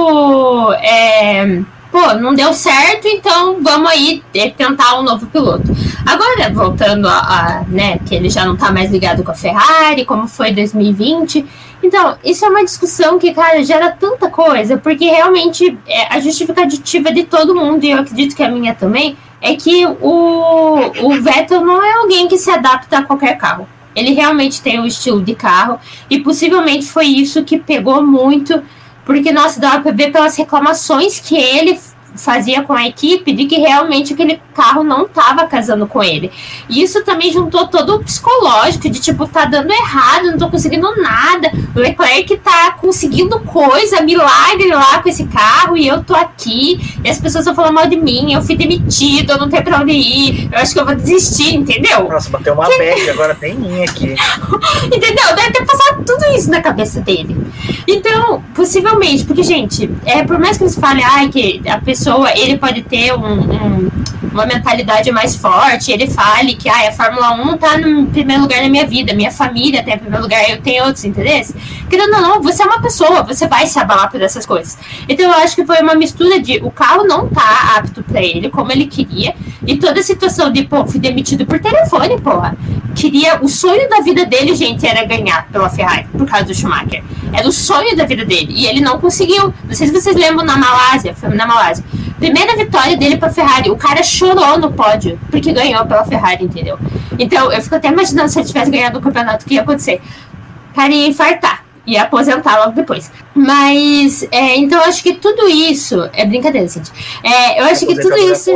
tipo, é, pô, não deu certo, então vamos aí tentar um novo piloto. Agora, voltando a, a né, que ele já não tá mais ligado com a Ferrari, como foi dois mil e vinte. Então, isso é uma discussão que, cara, gera tanta coisa, porque realmente é, a justificativa de todo mundo, e eu acredito que a minha também, é que o, o Vettel não é alguém que se adapta a qualquer carro. Ele realmente tem um estilo de carro, e possivelmente foi isso que pegou muito, porque, nossa, dava pra ver pelas reclamações que ele fazia com a equipe, de que realmente aquele carro não tava casando com ele. E isso também juntou todo o psicológico, de tipo, tá dando errado, não tô conseguindo nada, o Leclerc tá conseguindo coisa, milagre lá com esse carro, e eu tô aqui, e as pessoas estão falando mal de mim, eu fui demitido, eu não tenho pra onde ir, eu acho que eu vou desistir, entendeu? Nossa, bateu uma bad, agora tem mim aqui. Entendeu? Deve ter passado tudo isso na cabeça dele. Então, possivelmente, porque, gente, é, por mais que eles falem, ai, que a pessoa ele pode ter um, um, uma mentalidade mais forte, ele fale que ah, a Fórmula um tá no primeiro lugar na minha vida, minha família tá em primeiro lugar, eu tenho outros interesses. Querendo ou não, você é uma pessoa, você vai se abalar por essas coisas. Então eu acho que foi uma mistura de o carro não tá apto pra ele, como ele queria, e toda a situação de, pô, fui demitido por telefone, porra. Queria, o sonho da vida dele, gente, era ganhar pela Ferrari, por causa do Schumacher. Era o sonho da vida dele, e ele não conseguiu. Não sei se vocês lembram na Malásia, foi na Malásia. Primeira vitória dele pra Ferrari, o cara chorou no pódio, porque ganhou pela Ferrari, entendeu? Então, eu fico até imaginando se ele tivesse ganhado o campeonato, o que ia acontecer? O cara ia infartar, ia aposentar logo depois. Mas, é, então, eu acho que tudo isso... É brincadeira, gente. É, eu acho que tudo isso...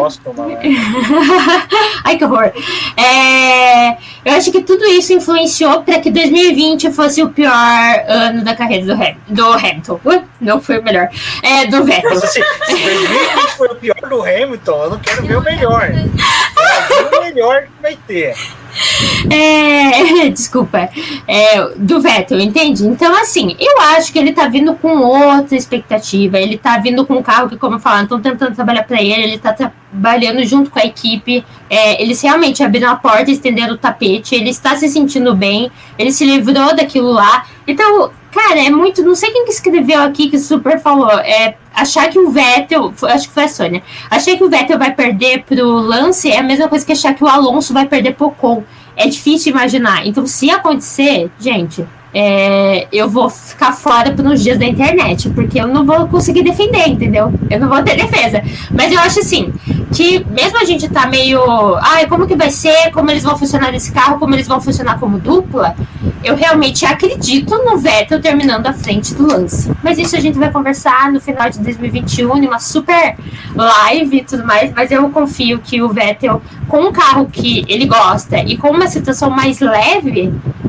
Ai, que horror. É, eu acho que tudo isso influenciou para que dois mil e vinte fosse o pior ano da carreira do, Ham, do Hamilton. Uh, não foi o melhor. É, do Vettel. Se, se dois mil e vinte foi o pior do Hamilton, eu não quero ver o melhor. É o melhor que vai ter. É, desculpa, é, do Vettel, entende? Então, assim, eu acho que ele tá vindo com outra expectativa, ele tá vindo com um carro que, como eu falo, estão tentando trabalhar pra ele, ele tá trabalhando junto com a equipe, é, eles realmente abriram a porta, estenderam o tapete, ele está se sentindo bem, ele se livrou daquilo lá. Então, cara, é muito, não sei quem que escreveu aqui que super falou, é achar que o Vettel, acho que foi a Sônia, achar que o Vettel vai perder pro Lance é a mesma coisa que achar que o Alonso vai perder pro Ocon. É difícil imaginar. Então, se acontecer, gente, é, eu vou ficar fora por uns dias da internet, porque eu não vou conseguir defender, entendeu? Eu não vou ter defesa. Mas eu acho assim, que mesmo a gente tá meio... Ai, como que vai ser? Como eles vão funcionar nesse carro? Como eles vão funcionar como dupla? Eu realmente acredito no Vettel terminando à frente do Lance. Mas isso a gente vai conversar no final de dois mil e vinte e um, em uma super live e tudo mais. Mas eu confio que o Vettel, com um carro que ele gosta e com uma situação mais leve,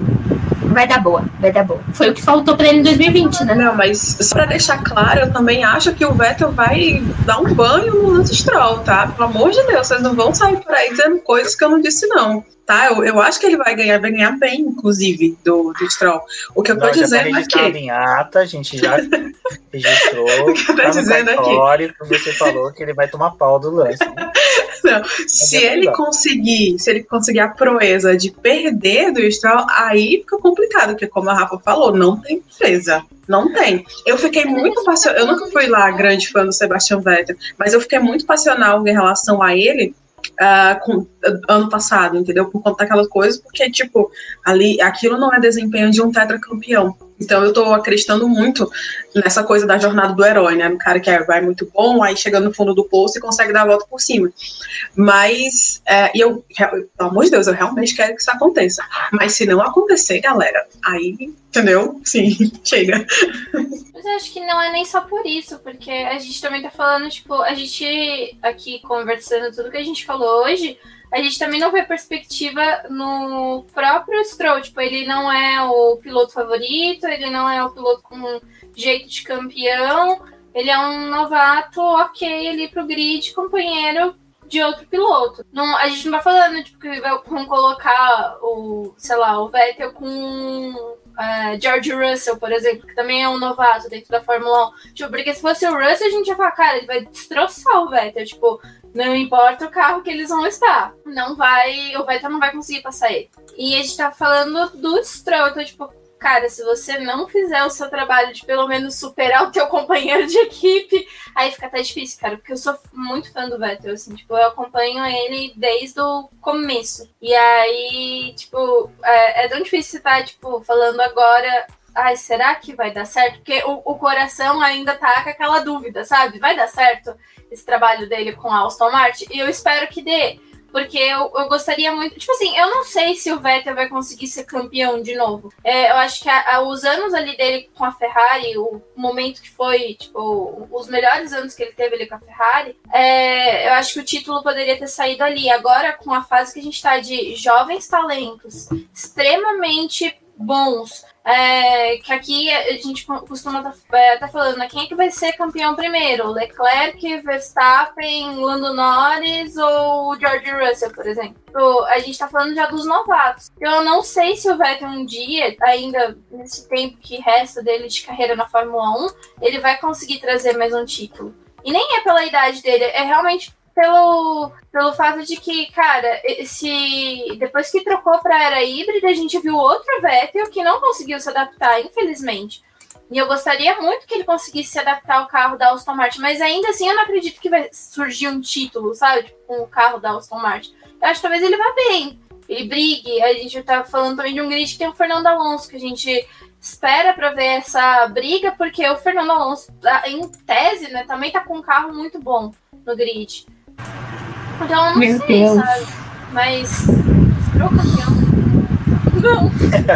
vai dar boa, vai dar boa. Foi o que faltou pra ele em dois mil e vinte, né? Não, mas só pra deixar claro, eu também acho que o Vettel vai dar um banho no Lance Stroll, tá? Pelo amor de Deus, vocês não vão sair por aí dizendo coisas que eu não disse, não. Tá? Eu, eu acho que ele vai ganhar, vai ganhar bem, inclusive, do, do Stroll. O que eu tô Nós dizendo já tá aqui... em ata, a gente já registrou. O que eu tô tá dizendo aqui. Você falou que ele vai tomar pau do Lance. Né? Não, se ele conseguir, se ele conseguir a proeza de perder do Stroll, aí fica complicado, porque como a Rafa falou, não tem defesa. Não tem. Eu fiquei muito passional. Eu nunca fui lá grande fã do Sebastian Vettel, mas eu fiquei muito passional em relação a ele uh, com, uh, ano passado, entendeu? Por conta daquelas coisas, porque, tipo, ali, aquilo não é desempenho de um tetracampeão. Então eu tô acreditando muito nessa coisa da jornada do herói, né? No cara que é, vai muito bom, aí chega no fundo do poço e consegue dar a volta por cima. Mas, é, eu, pelo amor de Deus, eu realmente quero que isso aconteça. Mas se não acontecer, galera, aí, entendeu? Sim, chega. Mas eu acho que não é nem só por isso, porque a gente também tá falando, tipo, a gente aqui conversando tudo que a gente falou hoje, a gente também não vê perspectiva no próprio Stroll. Tipo, ele não é o piloto favorito, ele não é o piloto com jeito de campeão, ele é um novato, ok, ali pro grid, companheiro de outro piloto. Não, a gente não tá falando, tipo, que vão colocar o, sei lá, o Vettel com uh, George Russell, por exemplo, que também é um novato dentro da Fórmula um. Tipo, porque se fosse o Russell, a gente ia falar, cara, ele vai destroçar o Vettel, tipo... Não importa o carro que eles vão estar. Não vai... O Vettel não vai conseguir passar ele. E a gente tá falando do Stroll. Então, tipo, cara, se você não fizer o seu trabalho de pelo menos superar o teu companheiro de equipe, aí fica até difícil, cara. Porque eu sou muito fã do Vettel, assim. Tipo, eu acompanho ele desde o começo. E aí, tipo, é, é tão difícil estar, tipo, falando agora... Ai, será que vai dar certo? Porque o, o coração ainda tá com aquela dúvida, sabe? Vai dar certo esse trabalho dele com a Aston Martin? E eu espero que dê. Porque eu, eu gostaria muito... Tipo assim, eu não sei se o Vettel vai conseguir ser campeão de novo. É, eu acho que a, a, os anos ali dele com a Ferrari, o momento que foi, tipo, os melhores anos que ele teve ali com a Ferrari, é, eu acho que o título poderia ter saído ali. Agora, com a fase que a gente tá de jovens talentos, extremamente bons... É, que aqui a gente costuma estar tá, é, tá falando, né? Quem é que vai ser campeão primeiro? Leclerc, Verstappen, Lando Norris ou George Russell, por exemplo? Então, a gente tá falando já dos novatos. Eu não sei se o Vettel um dia, ainda nesse tempo que resta dele de carreira na Fórmula um, ele vai conseguir trazer mais um título. E nem é pela idade dele, é realmente pelo, pelo fato de que, cara, esse, depois que trocou para a era híbrida, a gente viu outro Vettel que não conseguiu se adaptar, infelizmente. E eu gostaria muito que ele conseguisse se adaptar ao carro da Aston Martin, mas ainda assim eu não acredito que vai surgir um título, sabe, tipo, com o carro da Aston Martin. Eu acho que talvez ele vá bem, ele brigue. A gente tá falando também de um grid que tem o Fernando Alonso, que a gente espera para ver essa briga, porque o Fernando Alonso, em tese, né, também tá com um carro muito bom no grid. Então eu não Meu sei, Deus. sabe? Mas Stroll campeão. Não.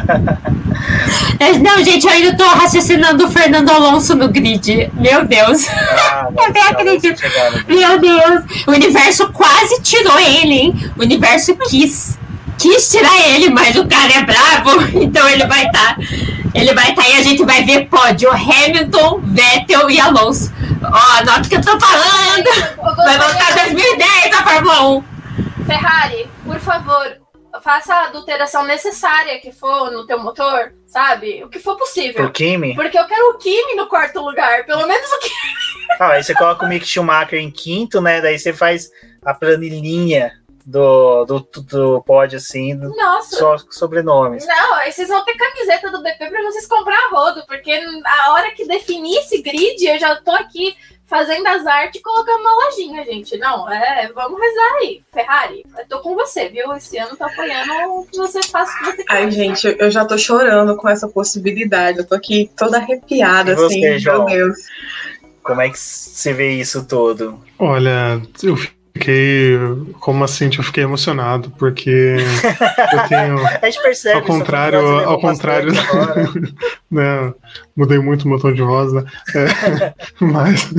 Não, gente, eu ainda tô raciocinando o Fernando Alonso no grid. Meu Deus. Ah, Eu nem acredito. Meu Deus. O universo quase tirou ele, hein? O universo quis. Quis tirar ele, mas o cara é bravo. Então ele vai estar. Tá, ele vai estar tá, e a gente vai ver pódio. Hamilton, Vettel e Alonso. Ó, nota que eu tô falando. Vai voltar dois mil e dez a Fórmula um. Ferrari, por favor, faça a adulteração necessária que for no teu motor, sabe? O que for possível. Pro Kimi? Porque eu quero o Kimi no quarto lugar. Pelo menos o Kimi. Ah, aí você coloca o Mick Schumacher em quinto, né? Daí você faz a planilhinha do, do, do pódio, assim, Nossa. Só com sobrenomes. Não, aí vocês vão ter camiseta do B P pra vocês comprar rodo, porque a hora que definir esse grid, eu já tô aqui fazendo as artes e colocando na lojinha, gente. Não, é, vamos rezar aí. Ferrari, eu tô com você, viu? Esse ano tô apoiando o que você faz, o que você quer. Ai, gente, eu já tô chorando com essa possibilidade. Eu tô aqui toda arrepiada, E você, assim, João? meu Deus. Como é que você vê isso tudo? Olha, eu fiquei, como assim, eu fiquei emocionado, porque eu tenho, A gente percebe. ao contrário, seu tom de voz ao elevou contrário, bastante agora. né, mudei muito o meu tom de voz, né, é, mas,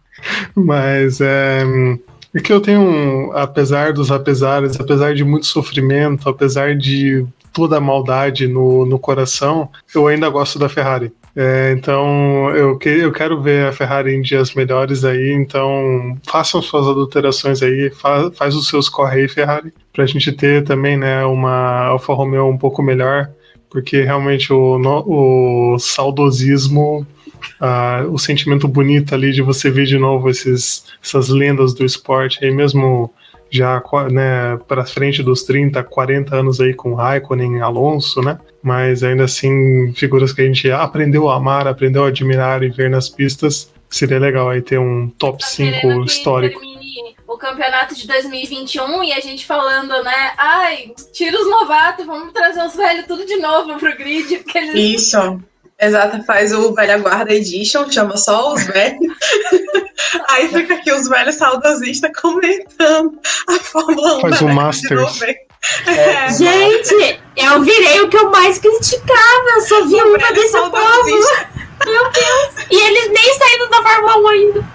mas é, é que eu tenho, um, apesar dos apesares, apesar de muito sofrimento, apesar de toda a maldade no, no coração, eu ainda gosto da Ferrari. É, então eu, que, eu quero ver a Ferrari em dias melhores aí, então façam suas adulterações aí, fa, faz os seus corre aí, Ferrari, pra gente ter também, né, uma Alfa Romeo um pouco melhor, porque realmente o, no, o saudosismo, uh, o sentimento bonito ali de você ver de novo esses, essas lendas do esporte aí mesmo, já, né, para frente dos trinta, quarenta anos aí com Raikkonen, Alonso, né? Mas ainda assim, figuras que a gente aprendeu a amar, aprendeu a admirar e ver nas pistas. Seria legal aí ter um top cinco histórico. O campeonato de dois mil e vinte e um e a gente falando, né? Ai, tira os novatos, vamos trazer os velhos tudo de novo pro grid. Porque eles... Isso. Exato, faz o Velha Guarda Edition, chama só os velhos. Aí fica aqui os velhos saudosistas comentando a Fórmula um. Faz o Masters. É. Gente, eu virei o que eu mais criticava. Eu sou viúva desse povo. Meu Deus. E eles nem saíram da Fórmula um ainda.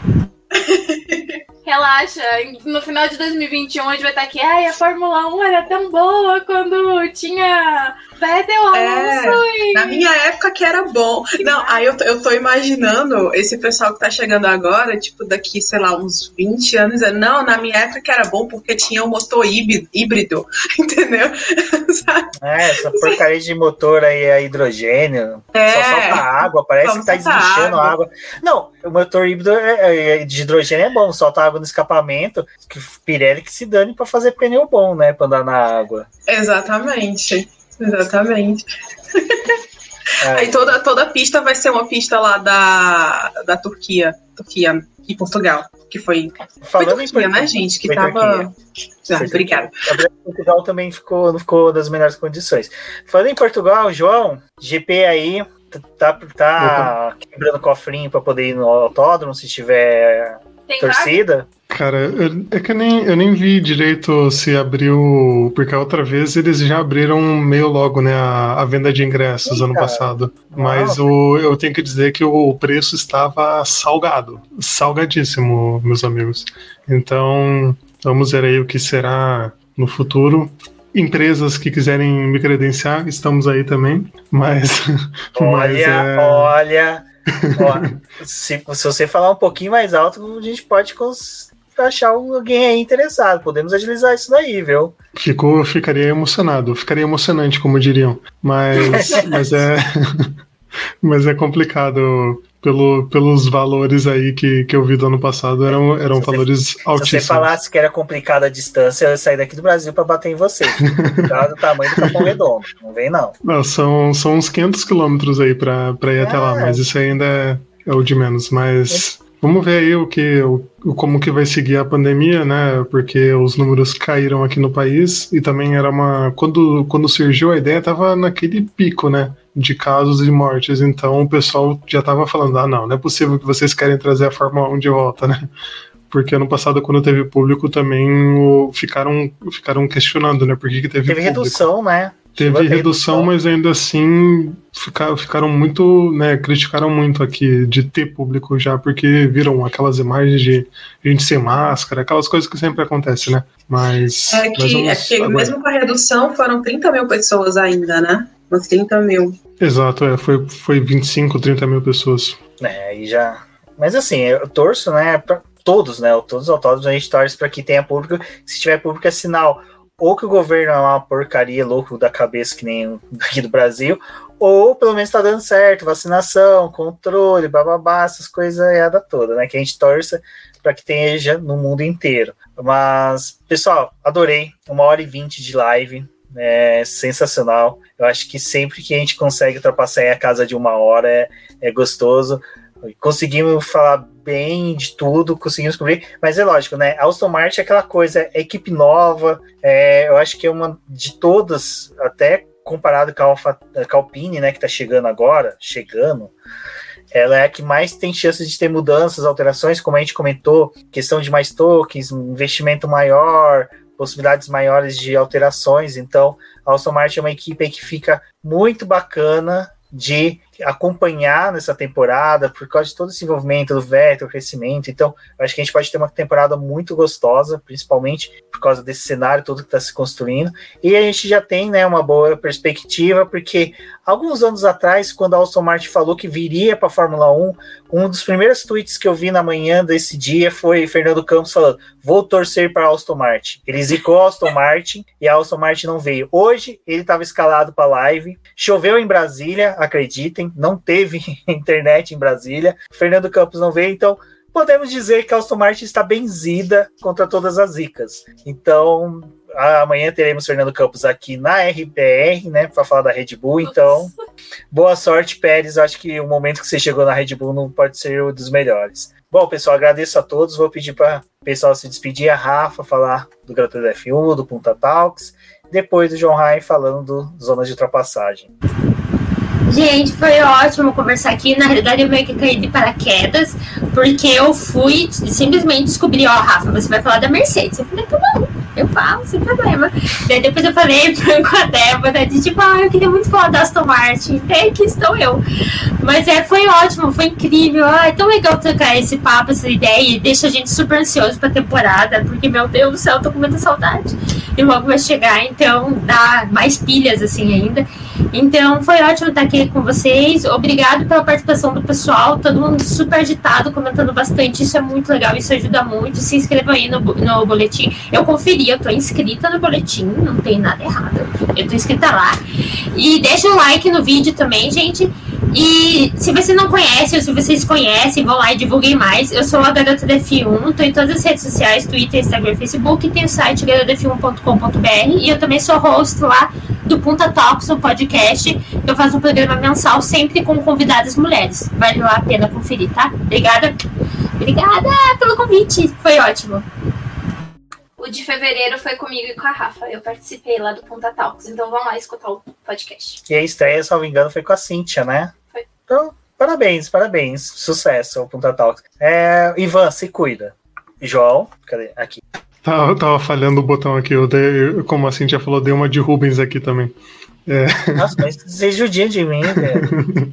Relaxa, no final de dois mil e vinte e um a gente vai estar aqui. Ai, a Fórmula um era tão boa quando tinha Vettel, Alonso é, e... Na minha época que era bom. Não, aí eu, eu tô imaginando esse pessoal que tá chegando agora, tipo, daqui, sei lá, uns vinte anos. Não, na minha época que era bom porque tinha um motor híbrido, híbrido entendeu? É, essa porcaria de motor aí é hidrogênio. É, só solta água, parece que tá desguichando água. água. Não, o motor híbrido é, é, de hidrogênio é bom, solta água no escapamento, que Pirelli que se dane pra fazer pneu bom, né, pra andar na água. Exatamente. Exatamente. É. Aí toda, toda pista vai ser uma pista lá da, da Turquia, Turquia e Portugal, que foi, Falando foi Turquia, em né, gente? Que foi tava... Ah, obrigada. Portugal também ficou, não ficou das melhores condições. Falando em Portugal, João, G P aí tá, tá quebrando cofrinho pra poder ir no autódromo se tiver Tem torcida. vaga? Cara, eu, é que eu nem, eu nem vi direito se abriu, porque a outra vez eles já abriram meio logo, né, a, a venda de ingressos Sim, ano cara. passado. Não. Mas o, eu tenho que dizer que o preço estava salgado, salgadíssimo, meus amigos. Então, vamos ver aí o que será no futuro. Empresas que quiserem me credenciar, estamos aí também, mas... Olha, mas, é... olha... Ó, se, se você falar um pouquinho mais alto, a gente pode cons- achar alguém aí interessado. Podemos agilizar isso daí, viu? Ficou, ficaria emocionado, ficaria emocionante, como diriam. Mas, mas é, mas é complicado pelo, pelos valores aí que, que eu vi do ano passado, eram, eram Se você- valores altíssimos. Se você falasse que era complicada a distância, eu ia sair daqui do Brasil para bater em você. Complicado o tamanho do Capão Redondo. Não vem, não. Não, são, são uns quinhentos quilômetros aí pra, pra ir até lá, É. mas isso ainda é, é o de menos. Mas vamos ver aí o que, o, o- como que vai seguir a pandemia, né? Porque os números caíram aqui no país e também era uma. Quando, quando surgiu a ideia, tava naquele pico, né? De casos e mortes. Então o pessoal já tava falando: ah, não, não é possível que vocês querem trazer a Fórmula um de volta, né? Porque ano passado, quando teve público, também o- ficaram, ficaram questionando, né? Por que, que teve, Teve público. redução, né? Chegou a Teve ter redução, mas ainda assim ficaram, ficaram muito, né, criticaram muito aqui de ter público já, porque viram aquelas imagens de gente sem máscara, aquelas coisas que sempre acontecem, né? Mas, É mas que, vamos é que aguardar. mesmo com a redução foram trinta mil pessoas ainda, né? Umas trinta mil. Exato, é, foi, foi vinte e cinco, trinta mil pessoas. É, aí já. Mas assim, eu torço, né? Pra todos, né? Todos os autódromos a gente torce para que tenha público. Se tiver público, é sinal ou que o governo é uma porcaria louco da cabeça, que nem o daqui do Brasil, ou pelo menos tá dando certo, vacinação, controle, bababá, essas coisas erradas todas, né? Que a gente torça para que tenha no mundo inteiro. Mas, pessoal, adorei. Uma hora e vinte de live. É sensacional. Eu acho que sempre que a gente consegue ultrapassar a casa de uma hora é, é gostoso. Conseguimos falar bem de tudo, conseguimos cobrir, mas é lógico, né? A Aston Martin é aquela coisa, é equipe nova, é, eu acho que é uma de todas, até comparado com a, Alfa, com a Alpine, né, que tá chegando agora, chegando, ela é a que mais tem chances de ter mudanças, alterações, como a gente comentou, questão de mais tokens, investimento maior, possibilidades maiores de alterações. Então, a Aston Martin é uma equipe que fica muito bacana de acompanhar nessa temporada, por causa de todo esse envolvimento do Vettel, o crescimento. Então, eu acho que a gente pode ter uma temporada muito gostosa, principalmente por causa desse cenário todo que está se construindo, e a gente já tem, né, uma boa perspectiva, porque alguns anos atrás, quando a Aston Martin falou que viria para a Fórmula um, um dos primeiros tweets que eu vi na manhã desse dia foi Fernando Campos falando, vou torcer para a Aston Martin. Ele zicou a Aston Martin e a Aston Martin não veio. Hoje, ele estava escalado para a live, choveu em Brasília, acreditem, não teve internet em Brasília, Fernando Campos não veio, então podemos dizer que a Aston Martin está benzida contra todas as zicas. Então, amanhã teremos Fernando Campos aqui na R P R, né, para falar da Red Bull. Então, boa sorte, Pérez. Eu acho que o momento que você chegou na Red Bull não pode ser um dos melhores. Bom, pessoal, agradeço a todos. Vou pedir para o pessoal se despedir, a Rafa falar do Gran Turismo F um, do Punta Talks, depois do João Rai falando do Zona de Ultrapassagem. Gente, foi ótimo conversar aqui. Na realidade, eu meio que caí de paraquedas, porque eu fui simplesmente descobrir, ó, Rafa, você vai falar da Mercedes. Eu falei, tá bom, eu falo, sem problema. Daí depois eu falei com a Débora, de tipo, ah, eu queria muito falar da Aston Martin. E aqui estou eu. Mas é, foi ótimo, foi incrível. Ah, é tão legal trocar esse papo, essa ideia, e deixa a gente super ansioso pra temporada, porque, meu Deus do céu, eu tô com muita saudade. E logo vai chegar, então dá mais pilhas, assim, ainda. Então, foi ótimo estar aqui com vocês. Obrigado pela participação do pessoal. Todo mundo super agitado, comentando bastante. Isso é muito legal, isso ajuda muito. Se inscrevam aí no, no boletim. Eu conferi, eu tô inscrita no boletim, não tem nada errado. Eu tô inscrita lá. E deixa um like no vídeo também, gente. E se você não conhece, ou se vocês conhecem, vão lá e divulguem mais. Eu sou a Garota da F um, tô em todas as redes sociais, Twitter, Instagram, Facebook, e tem o site garota f um ponto com ponto b r. E eu também sou host lá do Punta Talks, um podcast. Eu faço um programa mensal sempre com convidadas mulheres. Vale lá a pena conferir, tá? Obrigada. Obrigada pelo convite. Foi ótimo. O de fevereiro foi comigo e com a Rafa. Eu participei lá do Punta Talks. Então vão lá escutar o podcast. E a estreia, se não me engano, foi com a Cíntia, né? Foi. Então, parabéns, parabéns. Sucesso ao Punta Talks. É, Ivan, se cuida. João, cadê? Aqui. Tá, eu tava falhando o botão aqui. Eu dei, como a Cíntia falou, dei uma de Rubens aqui também. É. Nossa, mas vocês judiam de mim, velho.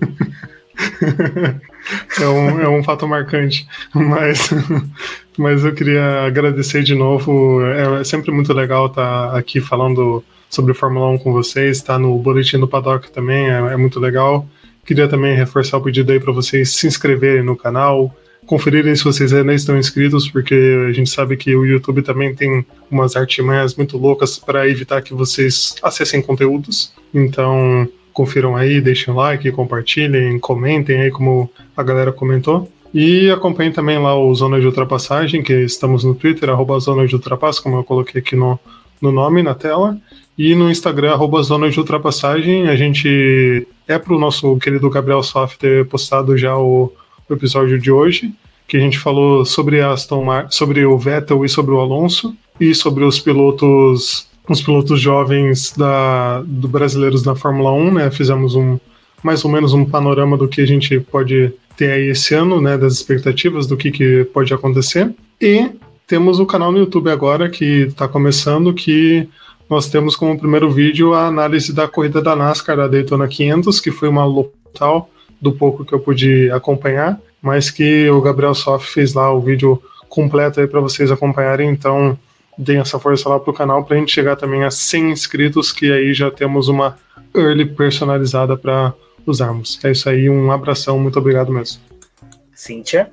É um, é um fato marcante, mas, mas eu queria agradecer de novo. É sempre muito legal estar aqui falando sobre Fórmula um com vocês, estar no Boletim do Paddock também, é, é muito legal. Queria também reforçar o pedido aí para vocês se inscreverem no canal, conferirem se vocês ainda estão inscritos, porque a gente sabe que o YouTube também tem umas artimanhas muito loucas para evitar que vocês acessem conteúdos. Então, confiram aí, deixem um like, compartilhem, comentem aí como a galera comentou. E acompanhem também lá o Zona de Ultrapassagem, que estamos no Twitter, arroba Zona de Ultrapassagem, como eu coloquei aqui no, no nome, na tela. E no Instagram, arroba Zona de Ultrapassagem. A gente é pro nosso querido Gabriel Soff ter postado já o, o episódio de hoje, que a gente falou sobre a Aston Martin, sobre o Vettel e sobre o Alonso, e sobre os pilotos... os pilotos jovens da, do brasileiros na Fórmula um, né? Fizemos um, mais ou menos um panorama do que a gente pode ter aí esse ano, né? Das expectativas do que, que pode acontecer. E temos o canal no YouTube agora, que está começando, que nós temos como primeiro vídeo a análise da corrida da NASCAR, da Daytona quinhentos, que foi uma loucura do pouco que eu pude acompanhar, mas que o Gabriel Soff fez lá o vídeo completo aí para vocês acompanharem, então... deem essa força lá pro canal pra gente chegar também a cem inscritos, que aí já temos uma early personalizada para usarmos. É isso aí, um abração, muito obrigado mesmo. Cíntia?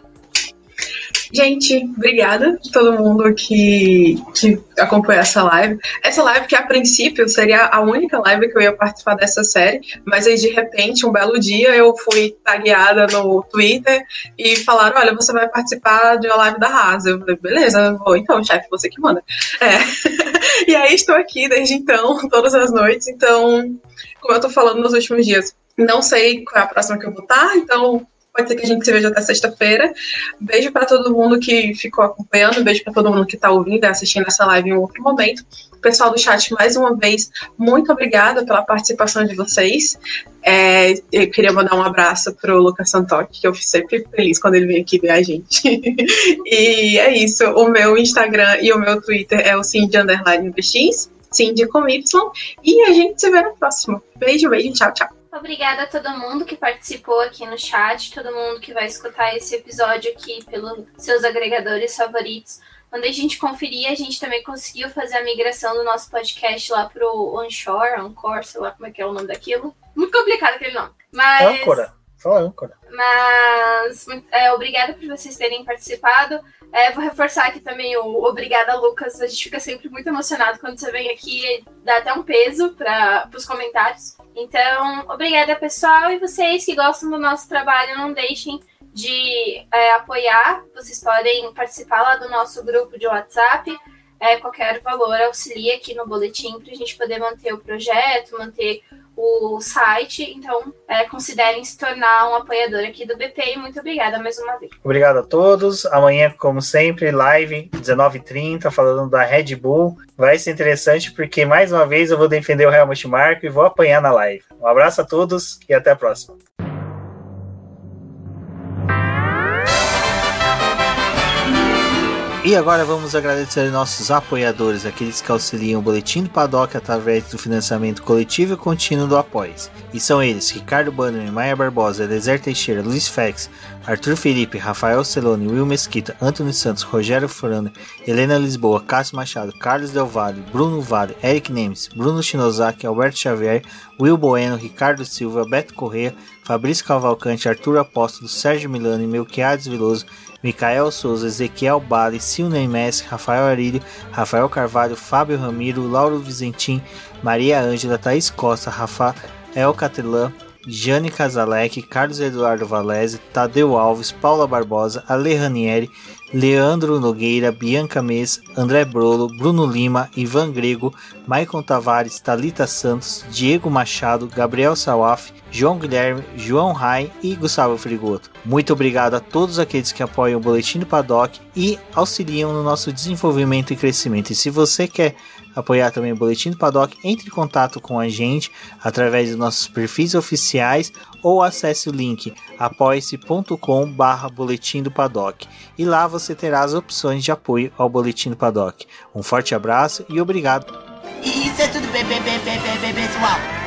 Gente, obrigada a todo mundo que, que acompanhou essa live. Essa live que a princípio seria a única live que eu ia participar dessa série, mas aí de repente, um belo dia, eu fui tagueada no Twitter e falaram, olha, você vai participar de uma live da Haas. Eu falei, beleza, eu vou então, chefe, você que manda. É. E aí estou aqui desde então, todas as noites, então, como eu tô falando nos últimos dias, não sei qual é a próxima que eu vou estar, então Pode ser que a gente se veja até sexta-feira. Beijo para todo mundo que ficou acompanhando, beijo para todo mundo que está ouvindo e assistindo essa live em outro momento. Pessoal do chat, mais uma vez, muito obrigada pela participação de vocês. É, eu queria mandar um abraço para o Lucas Santotti, que eu fico sempre feliz quando ele vem aqui ver a gente. E é isso, o meu Instagram e o meu Twitter é o Cindy Underline B X, Cindy com Y, e a gente se vê no próximo. Beijo, beijo, tchau, tchau. Obrigada a todo mundo que participou aqui no chat, todo mundo que vai escutar esse episódio aqui pelos seus agregadores favoritos. Quando a gente conferir, a gente também conseguiu fazer a migração do nosso podcast lá pro Onshore, Encore, sei lá como é que é o nome daquilo. Muito complicado aquele nome. Mas... Âncora. Fala âncora. Mas, é, obrigada por vocês terem participado. É, vou reforçar aqui também o obrigada, Lucas. A gente fica sempre muito emocionado quando você vem aqui, dá até um peso para os comentários. Então, obrigada, pessoal. E vocês que gostam do nosso trabalho, não deixem de é, apoiar. Vocês podem participar lá do nosso grupo de WhatsApp. É, qualquer valor auxilia aqui no boletim para a gente poder manter o projeto, manter o site. Então, é, considerem se tornar um apoiador aqui do B P. E muito obrigada mais uma vez. Obrigado a todos. Amanhã, como sempre, live, dezenove e trinta, falando da Red Bull. Vai ser interessante porque, mais uma vez, eu vou defender o Helmut Marko e vou apanhar na live. Um abraço a todos e até a próxima. E agora vamos agradecer nossos apoiadores, aqueles que auxiliam o Boletim do Paddock através do financiamento coletivo e contínuo do Apoia-se. E são eles: Ricardo Bannerman, Maia Barbosa, Eliezer Teixeira, Luiz Félix, Arthur Felipe, Rafael Celone, Will Mesquita, Antônio Santos, Rogério Furano, Helena Lisboa, Cássio Machado, Carlos Del Valle, Bruno Vale, Eric Nemes, Bruno Shinozaki, Alberto Xavier, Will Bueno, Ricardo Silva, Beto Corrêa, Fabrício Cavalcante, Arthur Apóstolo, Sérgio Milano, Melquiades Veloso, Micael Souza, Ezequiel Bale, Silney Messi, Rafael Arílio, Rafael Carvalho, Fábio Ramiro, Lauro Vizentim, Maria Ângela, Thaís Costa, Rafael Catelã, Jane Casalec, Carlos Eduardo Valese, Tadeu Alves, Paula Barbosa, Ale Ranieri, Leandro Nogueira, Bianca Mês, André Brolo, Bruno Lima, Ivan Grego, Maicon Tavares, Thalita Santos, Diego Machado, Gabriel Sawaf, João Guilherme, João Rai e Gustavo Frigoto. Muito obrigado a todos aqueles que apoiam o Boletim do Paddock e auxiliam no nosso desenvolvimento e crescimento. E se você quer apoiar também o Boletim do Paddock, entre em contato com a gente através dos nossos perfis oficiais ou acesse o link apoia-se ponto com barra Boletim do Paddock e lá você terá as opções de apoio ao Boletim do Paddock. Um forte abraço e obrigado. Isso é tudo, bebê, bebê, bebê, pessoal.